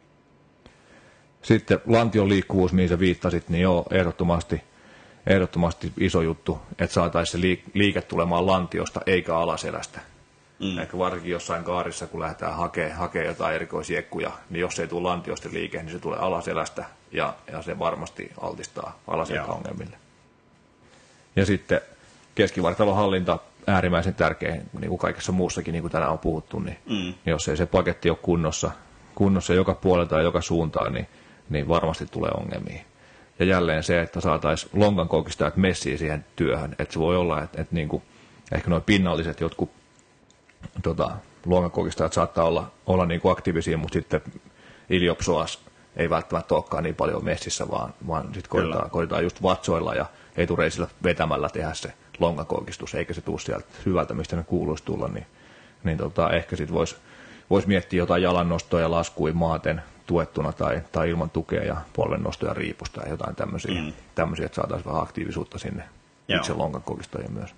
Sitten lantion liikkuvuus, mihin sä viittasit, niin joo, ehdottomasti, ehdottomasti iso juttu, että saataisiin se liike tulemaan lantiosta eikä alaselästä. Mm. Ehkä varsinkin jossain kaarissa, kun lähdetään hakemaan hakee jotain erikoisiekkuja, niin jos ei tule lantiosta liike, niin se tulee alaselästä ja, ja se varmasti altistaa alaselkäongelmille. Ja sitten keskivartalon hallinta äärimmäisen tärkeä niin kuin kaikessa muussakin, niin kuin tänään on puhuttu, niin
mm.
jos ei se paketti ole kunnossa, kunnossa joka puolelta ja joka suuntaan, niin, niin varmasti tulee ongelmia. Ja jälleen se, että saataisiin lonkan koukistajat messiä siihen työhön, että se voi olla, että, että niin kuin, ehkä nuo pinnalliset jotkut tota, lonkan koukistajat saattaa olla, olla niin kuin aktiivisia, mutta sitten iliopsoas ei välttämättä olekaan niin paljon messissä, vaan, vaan sitten koitetaan, koitetaan just vatsoilla ja etureisillä vetämällä tehdä se lonkakoukistus, eikä se tule sieltä hyvältä, mistä ne kuuluisi tulla, niin, niin tota, ehkä sitten voisi vois miettiä jotain jalannostoa ja laskuja maaten tuettuna tai, tai ilman tukea ja polvennostoja ja riipusta ja jotain tämmöisiä, mm. tämmöisiä että saataisiin vähän aktiivisuutta sinne Joo. itse lonkakoukistajien myös.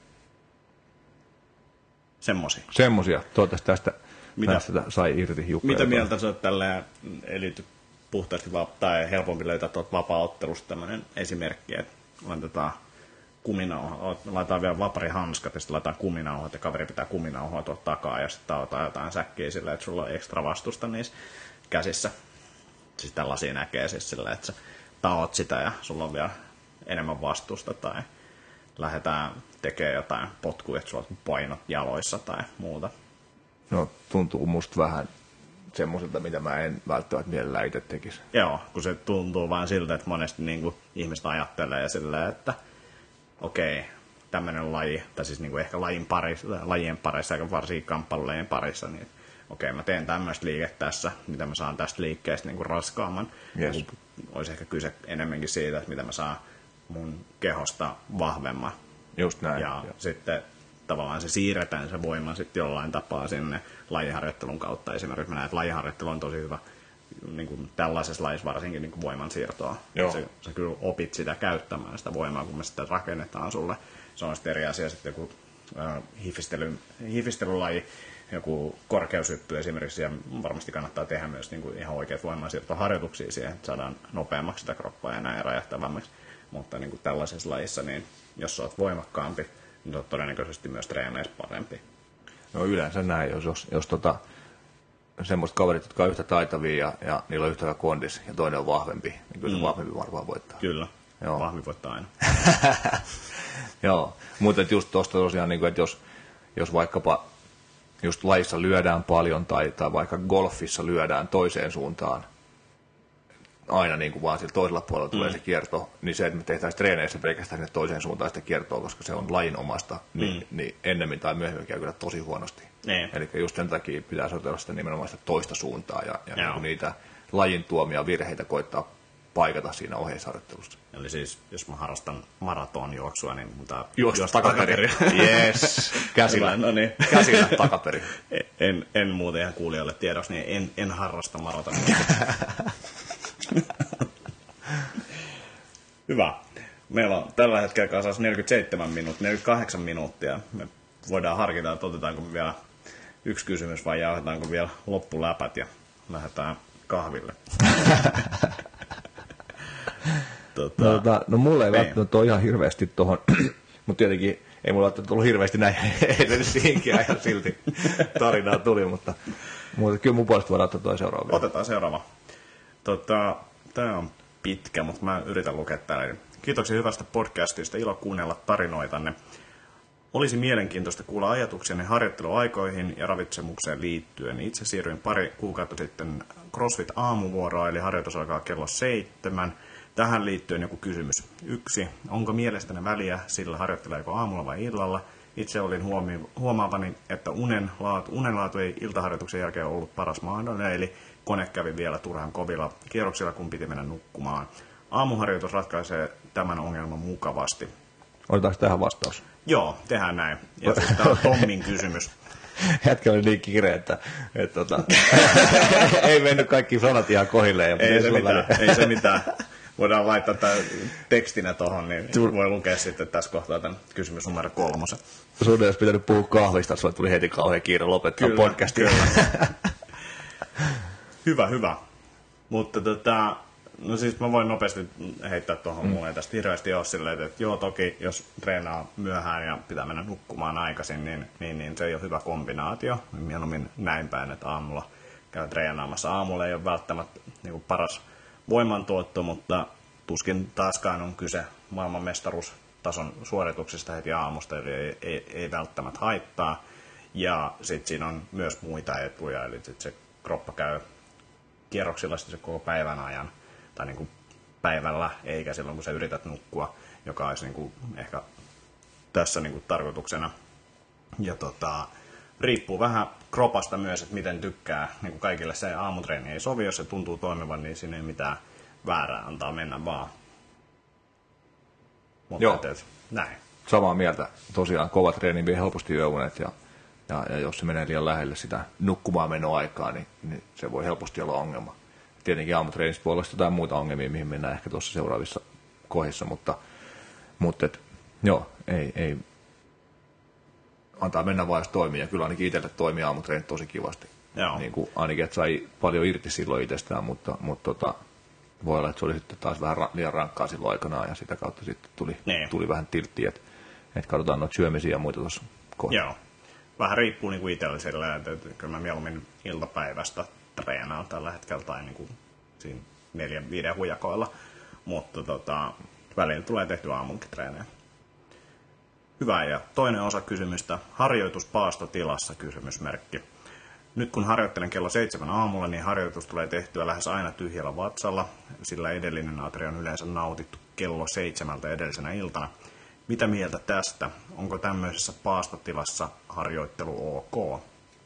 Semmoisia.
Semmoisia. Toivottavasti tästä, tästä sai irti Jukka.
Mitä mieltä sä oot tälleen, eli puhtaasti va- tai helpompi löytää tuolta vapaa-ottelusta tämmöinen esimerkki, että laitetaan kuminauha, laitetaan vielä vaparihanskat ja sitten laitetaan kuminauhat ja kaveri pitää kuminauhaa tuolta takaa ja sitten taotaan jotain säkkiä sillä, että sulla on ekstra vastusta niissä käsissä. Siis tällaisia näkee siis sillä, että sä taot sitä ja sulla on vielä enemmän vastusta tai lähdetään tekemään jotain potkuja, että sulla on painot jaloissa tai muuta.
No tuntuu musta vähän semmoiselta, mitä mä en välttämättä mielellään itse tekisi.
Joo, kun se tuntuu vaan siltä, että monesti niin kuin ihmiset ajattelee silleen, että okei, tämmöinen laji, tai siis niin kuin ehkä lajin parissa, lajien parissa, aika varsinkin kamppailulajien parissa, niin okei, mä teen tämmöistä liikettä tässä, mitä mä saan tästä liikkeestä niin kuin raskaamman.
Yes.
Olisi ehkä kyse enemmänkin siitä, että mitä mä saan mun kehosta vahvemman.
Just näin.
Ja jo. Sitten tavallaan se siirretään se voima sitten jollain tapaa sinne lajiharjoittelun kautta. Esimerkiksi mä näen, että lajiharjoittelu on tosi hyvä niin kuin tällaisessa lajissa varsinkin niin kuin voimansiirtoa. Se, sä kyllä opit sitä käyttämään sitä voimaa, kun me sitä rakennetaan sulle. Se on sitten eri asia sitten joku äh, hifistely, hifistelylaji, joku korkeushyppy esimerkiksi, ja varmasti kannattaa tehdä myös niin kuin ihan oikeat voimansiirtoharjoituksia siihen, että saadaan nopeammaksi sitä kroppaa ja näin räjähtävämmäksi. Mutta niin kuin tällaisessa lajissa, niin jos sä oot voimakkaampi, niin sä oot todennäköisesti myös treeneissä parempi.
No yleensä näin, jos, jos, jos tota, semmoiset kaverit, jotka on yhtä taitavia ja, ja niillä on yhtä kondis ja toinen on vahvempi, niin kyllä se mm. vahvempi varmaan voittaa.
Kyllä, Joo. vahvi voittaa aina.
Joo, mutta just tuosta tosiaan, niin kuin, että jos, jos vaikkapa just lajissa lyödään paljon tai, tai vaikka golfissa lyödään toiseen suuntaan, aina niin kuin vaan sillä toisella puolella tulee mm. se kierto, niin se, että me tehtäisiin treeneissä pelkästään sinne toiseen suuntaan sitä kiertoa, koska se on lajin omasta, niin, mm. niin ennemmin tai myöhemmin käy kyllä tosi huonosti.
Niin.
Eli just sen takia pitää soitella sitä nimenomaan sitä toista suuntaa ja, ja niin niitä lajin tuomia virheitä koittaa paikata siinä oheisharjoittelussa.
Eli siis, jos mä harrastan maratonjuoksua, niin mutta
juosta takaperin. Yes, käsillä,
no niin.
käsillä takaperin.
En, en muuten ihan kuulijoille tiedoksi, niin en, en harrasta maratonia. Hyvä. Meillä on tällä hetkellä kasassa neljäkymmentäseitsemän minuuttia, neljäkymmentäkahdeksan minuuttia. Me voidaan harkita, että otetaanko vielä yksi kysymys vai jauhetaanko vielä loppuläpät ja lähdetään kahville.
tota, no, no, no mulle ei välttämättä ole ihan hirveästi tuohon, mutta tietenkin ei mulla ole tullut hirveästi näin edes siinkin ajan silti tarinaa tuli, mutta, mutta kyllä mun puolesta voidaan ottaa toi seuraava.
Otetaan seuraava. Tota, Tämä on pitkä, mutta mä yritän lukea täällä. Kiitoksia hyvästä podcastista, ilo kuunnella tarinoitanne. Olisi mielenkiintoista kuulla ajatuksenne harjoitteluaikoihin ja ravitsemukseen liittyen. Itse siirryin pari kuukautta sitten CrossFit-aamuvuoroa, eli harjoitus alkaa kello seitsemän. Tähän liittyen joku kysymys. Yksi, onko mielestäni väliä sillä harjoitteleeko aamulla vai illalla? Itse olin huomi- huomaavani, että unen laatu, unen laatu ei iltaharjoituksen jälkeen ollut paras mahdollinen, eli kone kävi vielä turhan kovilla kierroksilla, kun piti mennä nukkumaan. Aamuharjoitus ratkaisee tämän ongelman mukavasti.
Otetaanko tähän vastaus?
Joo, tehdään näin. Ja siis tämä on Tommin kysymys.
Jätkä oli niin kiire, että, että tota, ei mennyt kaikki sanat ihan kohilleen.
Ei se mitään, ei se mitään. Voidaan laittaa tämä tekstinä tuohon, niin voi lukea sitten tässä kohtaa tämän kysymys numero kolmosen.
Sun olisi pitänyt puhua kahvista, sulle tuli heti kauhean kiire lopettaa
kyllä,
podcastia.
Kyllä. Hyvä, hyvä. Mutta tota, no siis mä voin nopeasti heittää tuohon, mm. mulle ei tästä hirveästi ole silleen, että joo toki, jos treenaa myöhään ja pitää mennä nukkumaan aikaisin, niin, niin, niin se ei ole hyvä kombinaatio. Mieluummin näin päin, että aamulla käy treenaamassa. Aamulla ei ole välttämättä niin kuin paras voimantuotto, mutta tuskin taaskaan on kyse maailmanmestaruus tason suorituksista heti aamusta, eli ei, ei, ei välttämättä haittaa. Ja sitten siinä on myös muita etuja, eli sit se kroppa käy kierroksilla se koko päivän ajan, tai niin kuin päivällä, eikä silloin kun sä yrität nukkua, joka olisi niin kuin ehkä tässä niin kuin tarkoituksena. Ja tota, riippuu vähän kropasta myös, että miten tykkää. Niin kuin kaikille se aamutreeni ei sovi, jos se tuntuu toimivan, niin siinä ei mitään väärää, antaa mennä vaan. Mutta
joo,
teet, näin.
Samaa mieltä. Tosiaan kova treeni vie helposti yöunet ja, ja, ja jos se menee liian lähelle sitä nukkumaan menoaikaa, niin, niin se voi helposti olla ongelma. Tietenkin aamutreenistä voi olla jotain muita ongelmia, mihin mennään ehkä tuossa seuraavissa kohdissa, mutta, mutta et, joo, ei, ei antaa mennä vaan, jos toimii. Ja kyllä ainakin itselle toimii aamutreenit tosi kivasti.
Joo.
Niin kuin ainakin, että sai paljon irti silloin itsestään, mutta, mutta tota, voi olla, että se oli sitten taas vähän liian rankkaa silloin aikanaan ja sitä kautta sitten tuli, niin. tuli vähän tilttiä, että, että katsotaan noita syömisiä ja muita tuossa kohdassa.
Joo. Vähän riippuu niin kuin itsellä silleen, että, että kyllä mä mieluummin iltapäivästä treenaan tällä hetkellä tai niin kuin siinä neljän, viiden hujakoilla, mutta tota, välillä tulee tehty aamunkin treenejä. Hyvä, ja toinen osa kysymystä, harjoitus paastotilassa kysymysmerkki. Nyt kun harjoittelen kello seitsemän aamulla, niin harjoitus tulee tehtyä lähes aina tyhjällä vatsalla, sillä edellinen atria on yleensä nautittu kello seitsemältä edellisenä iltana. Mitä mieltä tästä? Onko tämmöisessä paastotilassa harjoittelu ok? Uh,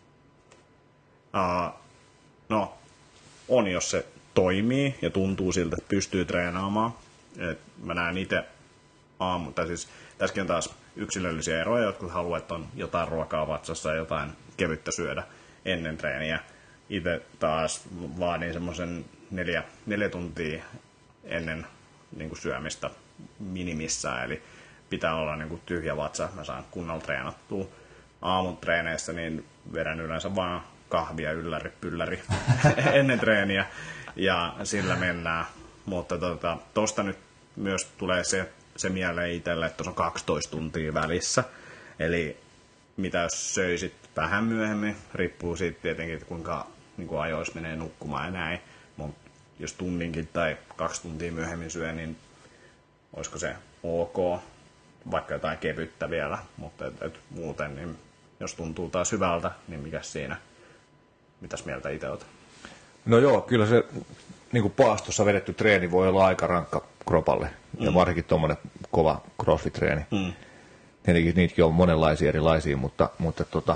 no, on jos se toimii ja tuntuu siltä, että pystyy treenaamaan. Et mä näen itse aamu, tai siis tässäkin on taas yksilöllisiä eroja, jotkut haluaa, että on jotain ruokaa vatsassa ja jotain kevyttä syödä ennen treeniä. Itse taas vaadin semmoisen neljä, neljä tuntia ennen niin kuin syömistä minimissään, eli pitää olla niin kuin tyhjä vatsa, mä saan kunnolla treenattua. Aamutreeneissä niin vedän yleensä vaan kahvia ylläri pylläri ennen treeniä ja sillä mennään, mutta tota, tosta nyt myös tulee se, se mieleen itselle, että tuossa on kaksitoista tuntia välissä, eli mitä jos söisit vähän myöhemmin, riippuu siitä tietenkin, että kuinka niin kuin ajoissa menee nukkumaan ja näin, mutta jos tunninkin tai kaksi tuntia myöhemmin syö, niin olisiko se ok, vaikka jotain kevyttä vielä, mutta et, et muuten, niin jos tuntuu taas hyvältä, niin mikäs siinä, mitäs mieltä itse olet?
No joo, kyllä se niin kuin paastossa vedetty treeni voi olla aika rankka kropalle, mm. ja varsinkin tuommoinen kova crossfit-treeni. Mm. Tietenkin niitäkin on monenlaisia erilaisia, mutta, mutta, tota,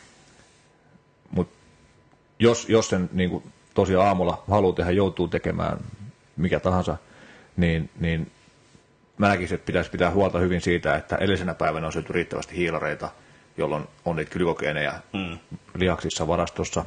mutta jos, jos sen niin kuin tosiaan aamulla haluaa tehdä, joutuu tekemään mikä tahansa, niin, niin mä näkisin, että pitäisi pitää huolta hyvin siitä, että edellisenä päivänä on syöty riittävästi hiilareita, jolloin on niitä glykogeeneja mm. lihaksissa varastossa.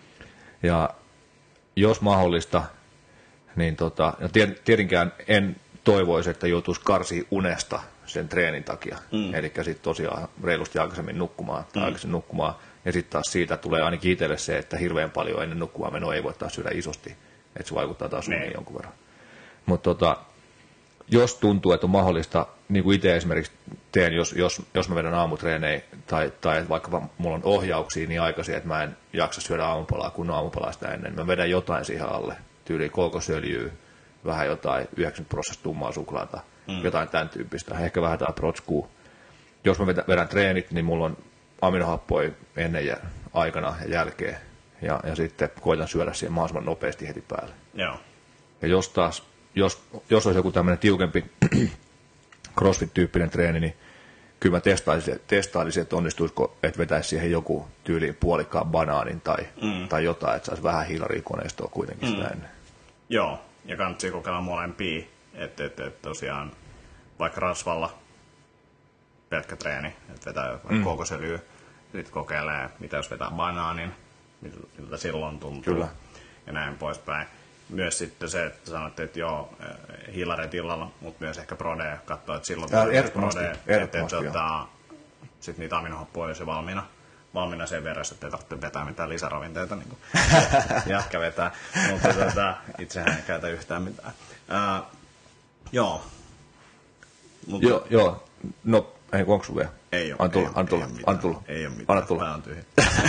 Ja jos mahdollista, niin tota, ja tietenkään en toivoisi, että joutuisi karsiin unesta sen treenin takia. Mm. Eli sitten tosiaan reilusti aikaisemmin nukkumaan, tai mm. aikaisemmin nukkumaan. Ja sitten taas siitä tulee ainakin itselle se, että hirveän paljon ennen nukkumaan menoa ei voi taas syödä isosti. Että se vaikuttaa taas uniin jonkun verran. Mutta tota, jos tuntuu, että on mahdollista, niin kuin itse esimerkiksi teen, jos, jos, jos mä vedän aamutreenejä, tai, tai vaikka mulla on ohjauksia niin aikaisin, että mä en jaksa syödä aamupalaa kun aamupalaa sitä ennen, mä vedän jotain siihen alle, tyyliin kookosöljyä, vähän jotain yhdeksänkymmentä prosenttia tummaa suklaata, mm. jotain tämän tyyppistä, ehkä vähän jotain protskua. Jos mä vedän, vedän treenit, niin mulla on aminohappoja ennen ja aikana ja jälkeen, ja, ja sitten koitan syödä siihen mahdollisimman nopeasti heti päälle.
Joo.
Ja jos taas, jos, jos olisi joku tämmöinen tiukempi crossfit-tyyppinen treeni, niin kyllä mä testailisin, testailisin että onnistuisiko, että vetäisi siihen joku tyyliin puolikkaan banaanin tai, mm. tai jotain, että saisi vähän hiilarikoneistoa kuitenkin sitä mm. ennen.
Joo, ja kannattaa kokeilla molempia, että et, et tosiaan vaikka rasvalla pelkkä treeni, että vetää mm. kookosöljyä, sitten kokeilee, mitä jos vetää banaanin, miltä silloin tuntuu, kyllä. Ja näin poispäin. Myös sitten se, että sanotte, että joo, hiilareet illalla, mutta myös ehkä prodea, katsoa, että silloin tulee prodea, että tota, sitten niitä aminohappoja olisi valmiina, valmiina sen verran, että ei tarvitse vetää mitään lisäravinteita, niin kuin jätkä vetää, mutta tota, itsehän ei käytä yhtään mitään. Uh, joo. Mutta,
joo, joo, no ei, onko sun vielä?
Ei ole,
Anna tulla,
anna
tulla, anna tulla.
Ei ole mitään,
anna tulla.
Pää on tyhjä.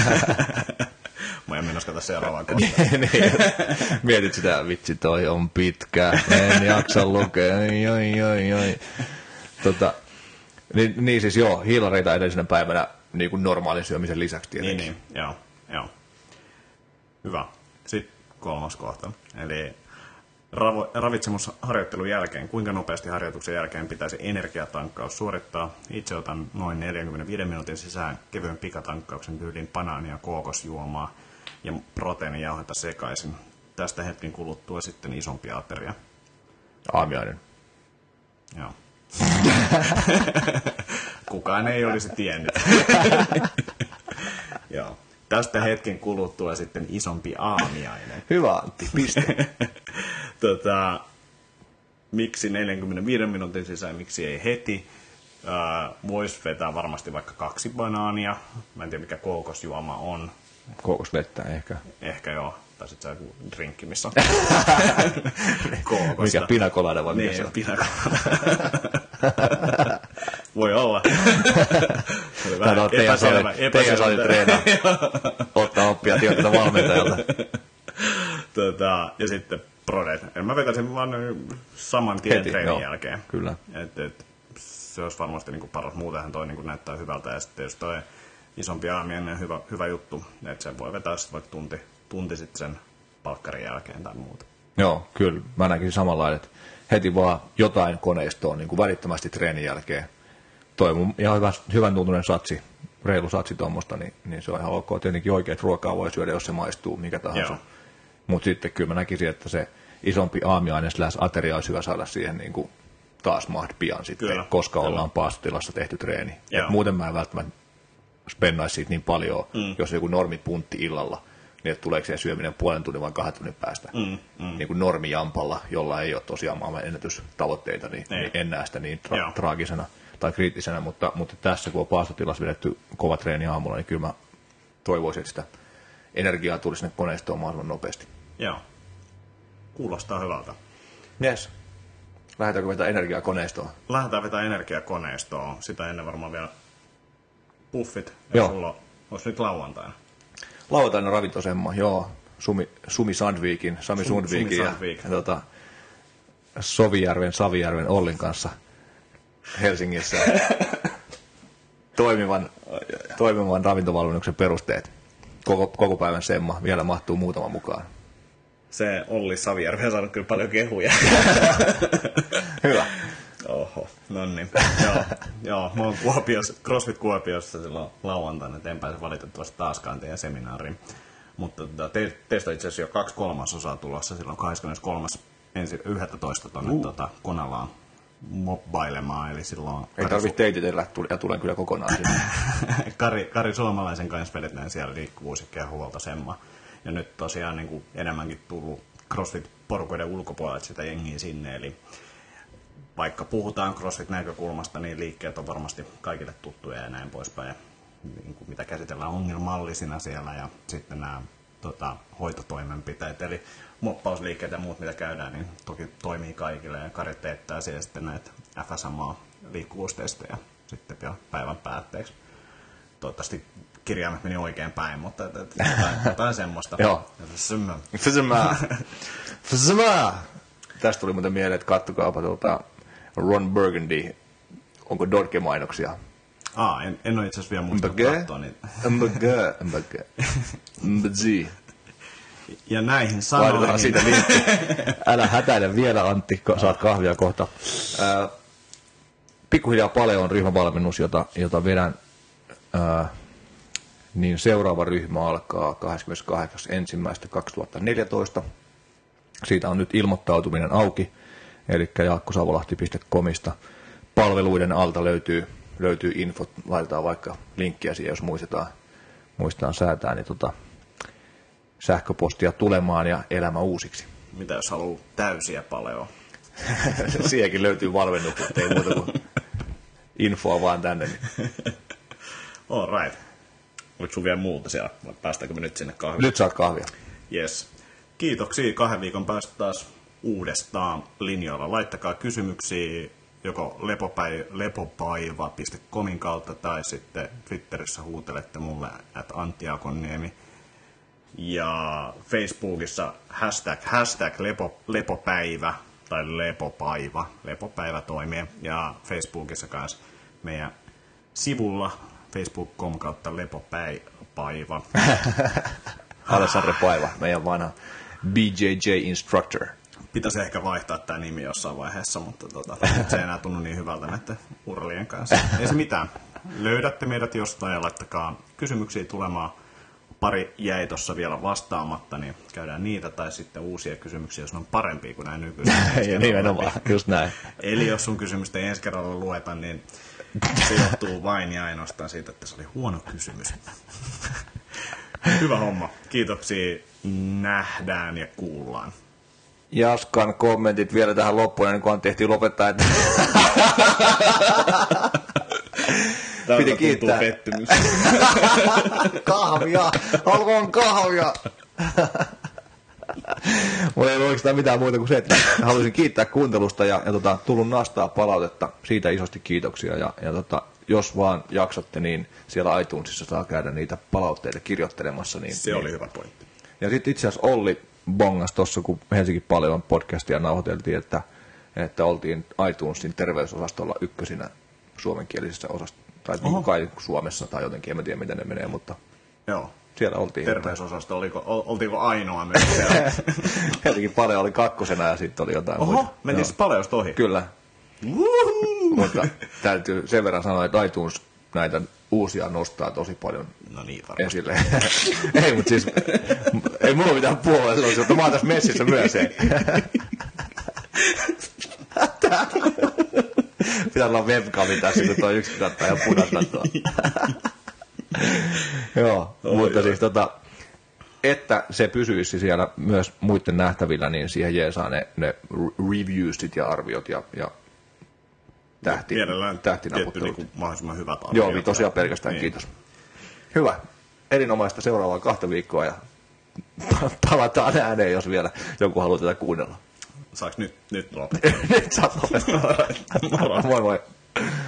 Mä en mennä kato seuraavaan kohtaan.
Mietit sitä, vitsi toi on pitkä, en jaksa lukea, oi, oi, oi, oi. Tota, Niin, niin siis joo, hiilareita edellisenä päivänä niin kuin normaalin syömisen lisäksi tietenkin.
Niin, niin, joo, joo. Hyvä. Sitten kolmas kohta. Eli ravo, ravitsemusharjoittelun jälkeen, kuinka nopeasti harjoituksen jälkeen pitäisi energiatankkaus suorittaa? Itse otan noin neljänkymmenenviiden minuutin sisään kevyen pikatankkauksen tyylin banaania, kookosjuomaa ja proteiinijauhetta sekaisin. Tästä hetken kuluttua sitten isompi ateria.
Aamiainen.
Joo. Kukaan ei olisi tiennyt. Joo. Tästä hetken kuluttua sitten isompi aamiainen.
Hyvä Antti, piste.
tota, miksi neljänkymmenenviiden minuutin sisään, miksi ei heti? Äh, Voisi vetää varmasti vaikka kaksi banaania. Mä en tiedä mikä kookosjuoma on.
Kookosvettä ehkä.
Ehkä joo. Tai sitten se on joku drinkki, missä on
kookosta. Mikä pinakolada vai mikä
niin,
se on?
Pinakolada. Voi olla. Se oli
vähän epäselvä. Teidän saatiin treenaa. Ottaa oppia tietyltä valmentajalta.
tota, ja sitten prodet. Mä vetäisin vaan saman tien
Heti,
treenin
joo,
jälkeen.
Kyllä.
Et, et, se olisi varmasti niin kuin paras. Muutenhan toi niin kuin näyttää hyvältä. Ja sitten jos toi isompi aamiainen on hyvä, hyvä juttu, että sen voi vetää sitten vaikka tunti. tunti sitten sen palkkarin jälkeen tai muuta.
Joo, kyllä. Mä näkisin samalla, että heti vaan jotain koneistoa niin kuin välittömästi treenin jälkeen. Toi mun ihan hyvä, hyvän tuntunen satsi, reilu satsi tuommoista, niin, niin se on ihan ok. Tietenkin oikeat ruokaa voi syödä, jos se maistuu, mikä tahansa. Mutta sitten kyllä mä näkisin, että se isompi aamiainen slash ateria olisi hyvä saada siihen niin kuin taas mahd pian sitten, kyllä, koska kyllä. ollaan paastotilassa tehty treeni. Et muuten mä en välttämättä spennaisi siitä niin paljon, mm. jos joku normipuntti illalla, niin että tuleeko se syöminen puolen tunnin vai kahden tunnin päästä. Mm, mm. Niin kuin normijampalla, jolla ei ole tosiaan maailman ennätystavoitteita, niin, niin en näe sitä niin tra- traagisena tai kriittisenä, mutta, mutta tässä kun on paastotilassa vedetty kova treeni aamulla, niin kyllä mä toivoisin, että sitä energiaa tulisi sinne koneistoon mahdollisimman nopeasti.
Joo. Kuulostaa hyvältä.
Yes. Lähdetäänkö vetää energiaa koneistoon?
Lähdetään vetää energiaa koneistoon. Sitä ennen varmaan vielä puffit.
Joo.
Sulla olisi nyt lauantaina.
Lauantaina ravintosemma, joo. Sumi, Sumi Sandvikin, Sami Sum, Sundvikin ja, ja tota, Sovijärven, Savijärven Ollin kanssa Helsingissä toimivan, toimivan ravintovalmennuksen perusteet. Koko, koko päivän semma, vielä mahtuu muutama mukaan.
Se Olli Savijärvi on saanut kyllä paljon kehuja.
Hyvä.
Oho, no niin. joo, joo, mä oon Kuopiossa, CrossFit Kuopiossa silloin lauantaina, et en pääse valitettavasti taaskaan teidän seminaariin. Mutta tota, te, teistä on itse asiassa jo kaksi kolmasosaa tulossa silloin kahdeskymmeneskolmas yhdestoista tuonne uh. tota, Konalaan mobbailemaan. Eli silloin
ei tarvitse teititellä, ja tulen kyllä kokonaan sinne.
Kari, Kari Suomalaisen kanssa vedetään siellä liikkuvuus- ja huoltosemma. Ja nyt tosiaan niin kuin enemmänkin tullut CrossFit-porukoiden ulkopuolelta sitä jengiä sinne, eli vaikka puhutaan CrossFit-näkökulmasta, niin liikkeet on varmasti kaikille tuttuja ja näin poispäin. Ja niin kuin mitä käsitellään ongelmallisina siellä ja sitten nämä tota, hoitotoimenpiteet. Eli moppausliikkeet ja muut, mitä käydään, niin toki toimii kaikille. Ja Kari teettää siellä sitten näitä F S M A-liikkuvuustestejä sitten vielä päivän päätteeksi. Toivottavasti kirjaimet meni oikein päin, mutta et, et, jotain, jotain semmoista.
Joo. Fysymää. Fysymää. Tästä tuli muuten mieleen, että kattokaapa tuolta Ron Burgundy. Onko Dodge-mainoksia?
Aa, en, en ole itse asiassa vielä muistanut katsoa niitä.
Mbagä, mbagä, mbagä.
Ja näihin sanoihin.
Laitetaan siitä linkki. Älä hätäile vielä, Antti, saat kahvia kohta. Äh, pikkuhiljaa paljon on ryhmävalmennus, jota, jota vedän. Äh, niin seuraava ryhmä alkaa kahdeskymmeneskahdeksas ensimmäistä kaksituhattaneljätoista. Siitä on nyt ilmoittautuminen auki, eli jaakko savolahti piste comista. Palveluiden alta löytyy, löytyy infot, laitetaan vaikka linkkiä siihen, jos muistetaan, muistetaan säätää, niin tota, sähköpostia tulemaan ja elämä uusiksi.
Mitä jos haluaa täysiä paleoa?
Siihenkin löytyy valmennukset, ei muuta kuin infoa vaan tänne. Niin.
All right. Oliko sun vielä muuta siellä? Päästäänkö me nyt sinne kahvia?
Nyt saat kahvia.
Yes. Kiitoksia. Kahden viikon päästä taas uudestaan linjoilla. Laittakaa kysymyksiä joko lepopaiva piste comin kautta tai sitten Twitterissä huutelette mulle at Antti Akonniemi. Ja Facebookissa hashtag, hashtag lepo, lepopäivä tai lepopaiva. Lepopäivä toimii. Ja Facebookissa kanssa meidän sivulla facebook piste com kautta lepopäivä.
Alessandro Paiva, meidän vanha B J J Instructor.
Pitäisi ehkä vaihtaa tämä nimi jossain vaiheessa, mutta tota, se ei enää tunnu niin hyvältä näiden urlien kanssa. Ei se mitään. Löydätte meidät jostain ja laittakaa kysymyksiä tulemaan. Pari jäi tuossa vielä vastaamatta, niin käydään niitä, tai sitten uusia kysymyksiä, jos ne on parempia kuin näin nykyisin.
Ja nimenomaan, just näin.
Eli jos sun kysymystä ei ensi kerralla lueta, niin se johtuu vain ja ainoastaan siitä, että se oli huono kysymys. Hyvä homma. Kiitoksia. Nähdään ja kuullaan.
Jaskan kommentit vielä tähän loppuun, niin kun tehtiin lopettaa, että
piti kiittää. Pettymys.
Kahvia! Haluan kahvia! Mulla ei ole oikeastaan mitään muuta kuin se, että haluaisin kiittää kuuntelusta ja, ja tota, tullut nastaa palautetta. Siitä isosti kiitoksia. Ja, ja tota, jos vaan jaksatte, niin siellä iTunesissa saa käydä niitä palautteita kirjoittelemassa. Niin,
se
niin.
oli hyvä pointti.
Ja sitten itse asiassa Olli bongas tuossa, kun Helsingin paljon podcastia nauhoiteltiin, että, että oltiin iTunesin terveysosastolla ykkösinä suomenkielisessä osastolla. Tai niin kai Suomessa tai jotenkin, en tiedä miten ne menee, mutta
joo.
Siellä oltiin.
Terveysosasto, oliko, oltiinko ainoa myös siellä?
Helsingin paljon oli kakkosena ja sitten oli jotain
Oho,
muita.
mentiin siis Paleosta ohi?
Kyllä. Uhuhu. Mutta täytyy sen verran sanoa, että iTunes näitä uusia nostaa tosi paljon
no niin,
esille. Ei, mutta siis ei mulla mitään puolella, mutta mä oon tässä messissä myös. Pitää olla webcami tässä, kun tuo yksi kattaa ja punasta tuo. Joo, oh, mutta joo. Siis tota, että se pysyisi siellä myös muiden nähtävillä, niin siihen jeesaa ne, ne reviewsit ja arviot ja, ja tähti, tähtinaputtelut.
Niin mahdollisimman hyvät arviot.
Joo, tosiaan pelkästään niin. Kiitos. Hyvä. Erinomaista seuraavaa kahta viikkoa ja palataan ääneen, jos vielä joku haluaa tätä kuunnella.
Saaks nyt, nyt lopettaa?
Nyt saat lopettaa. Moi moi.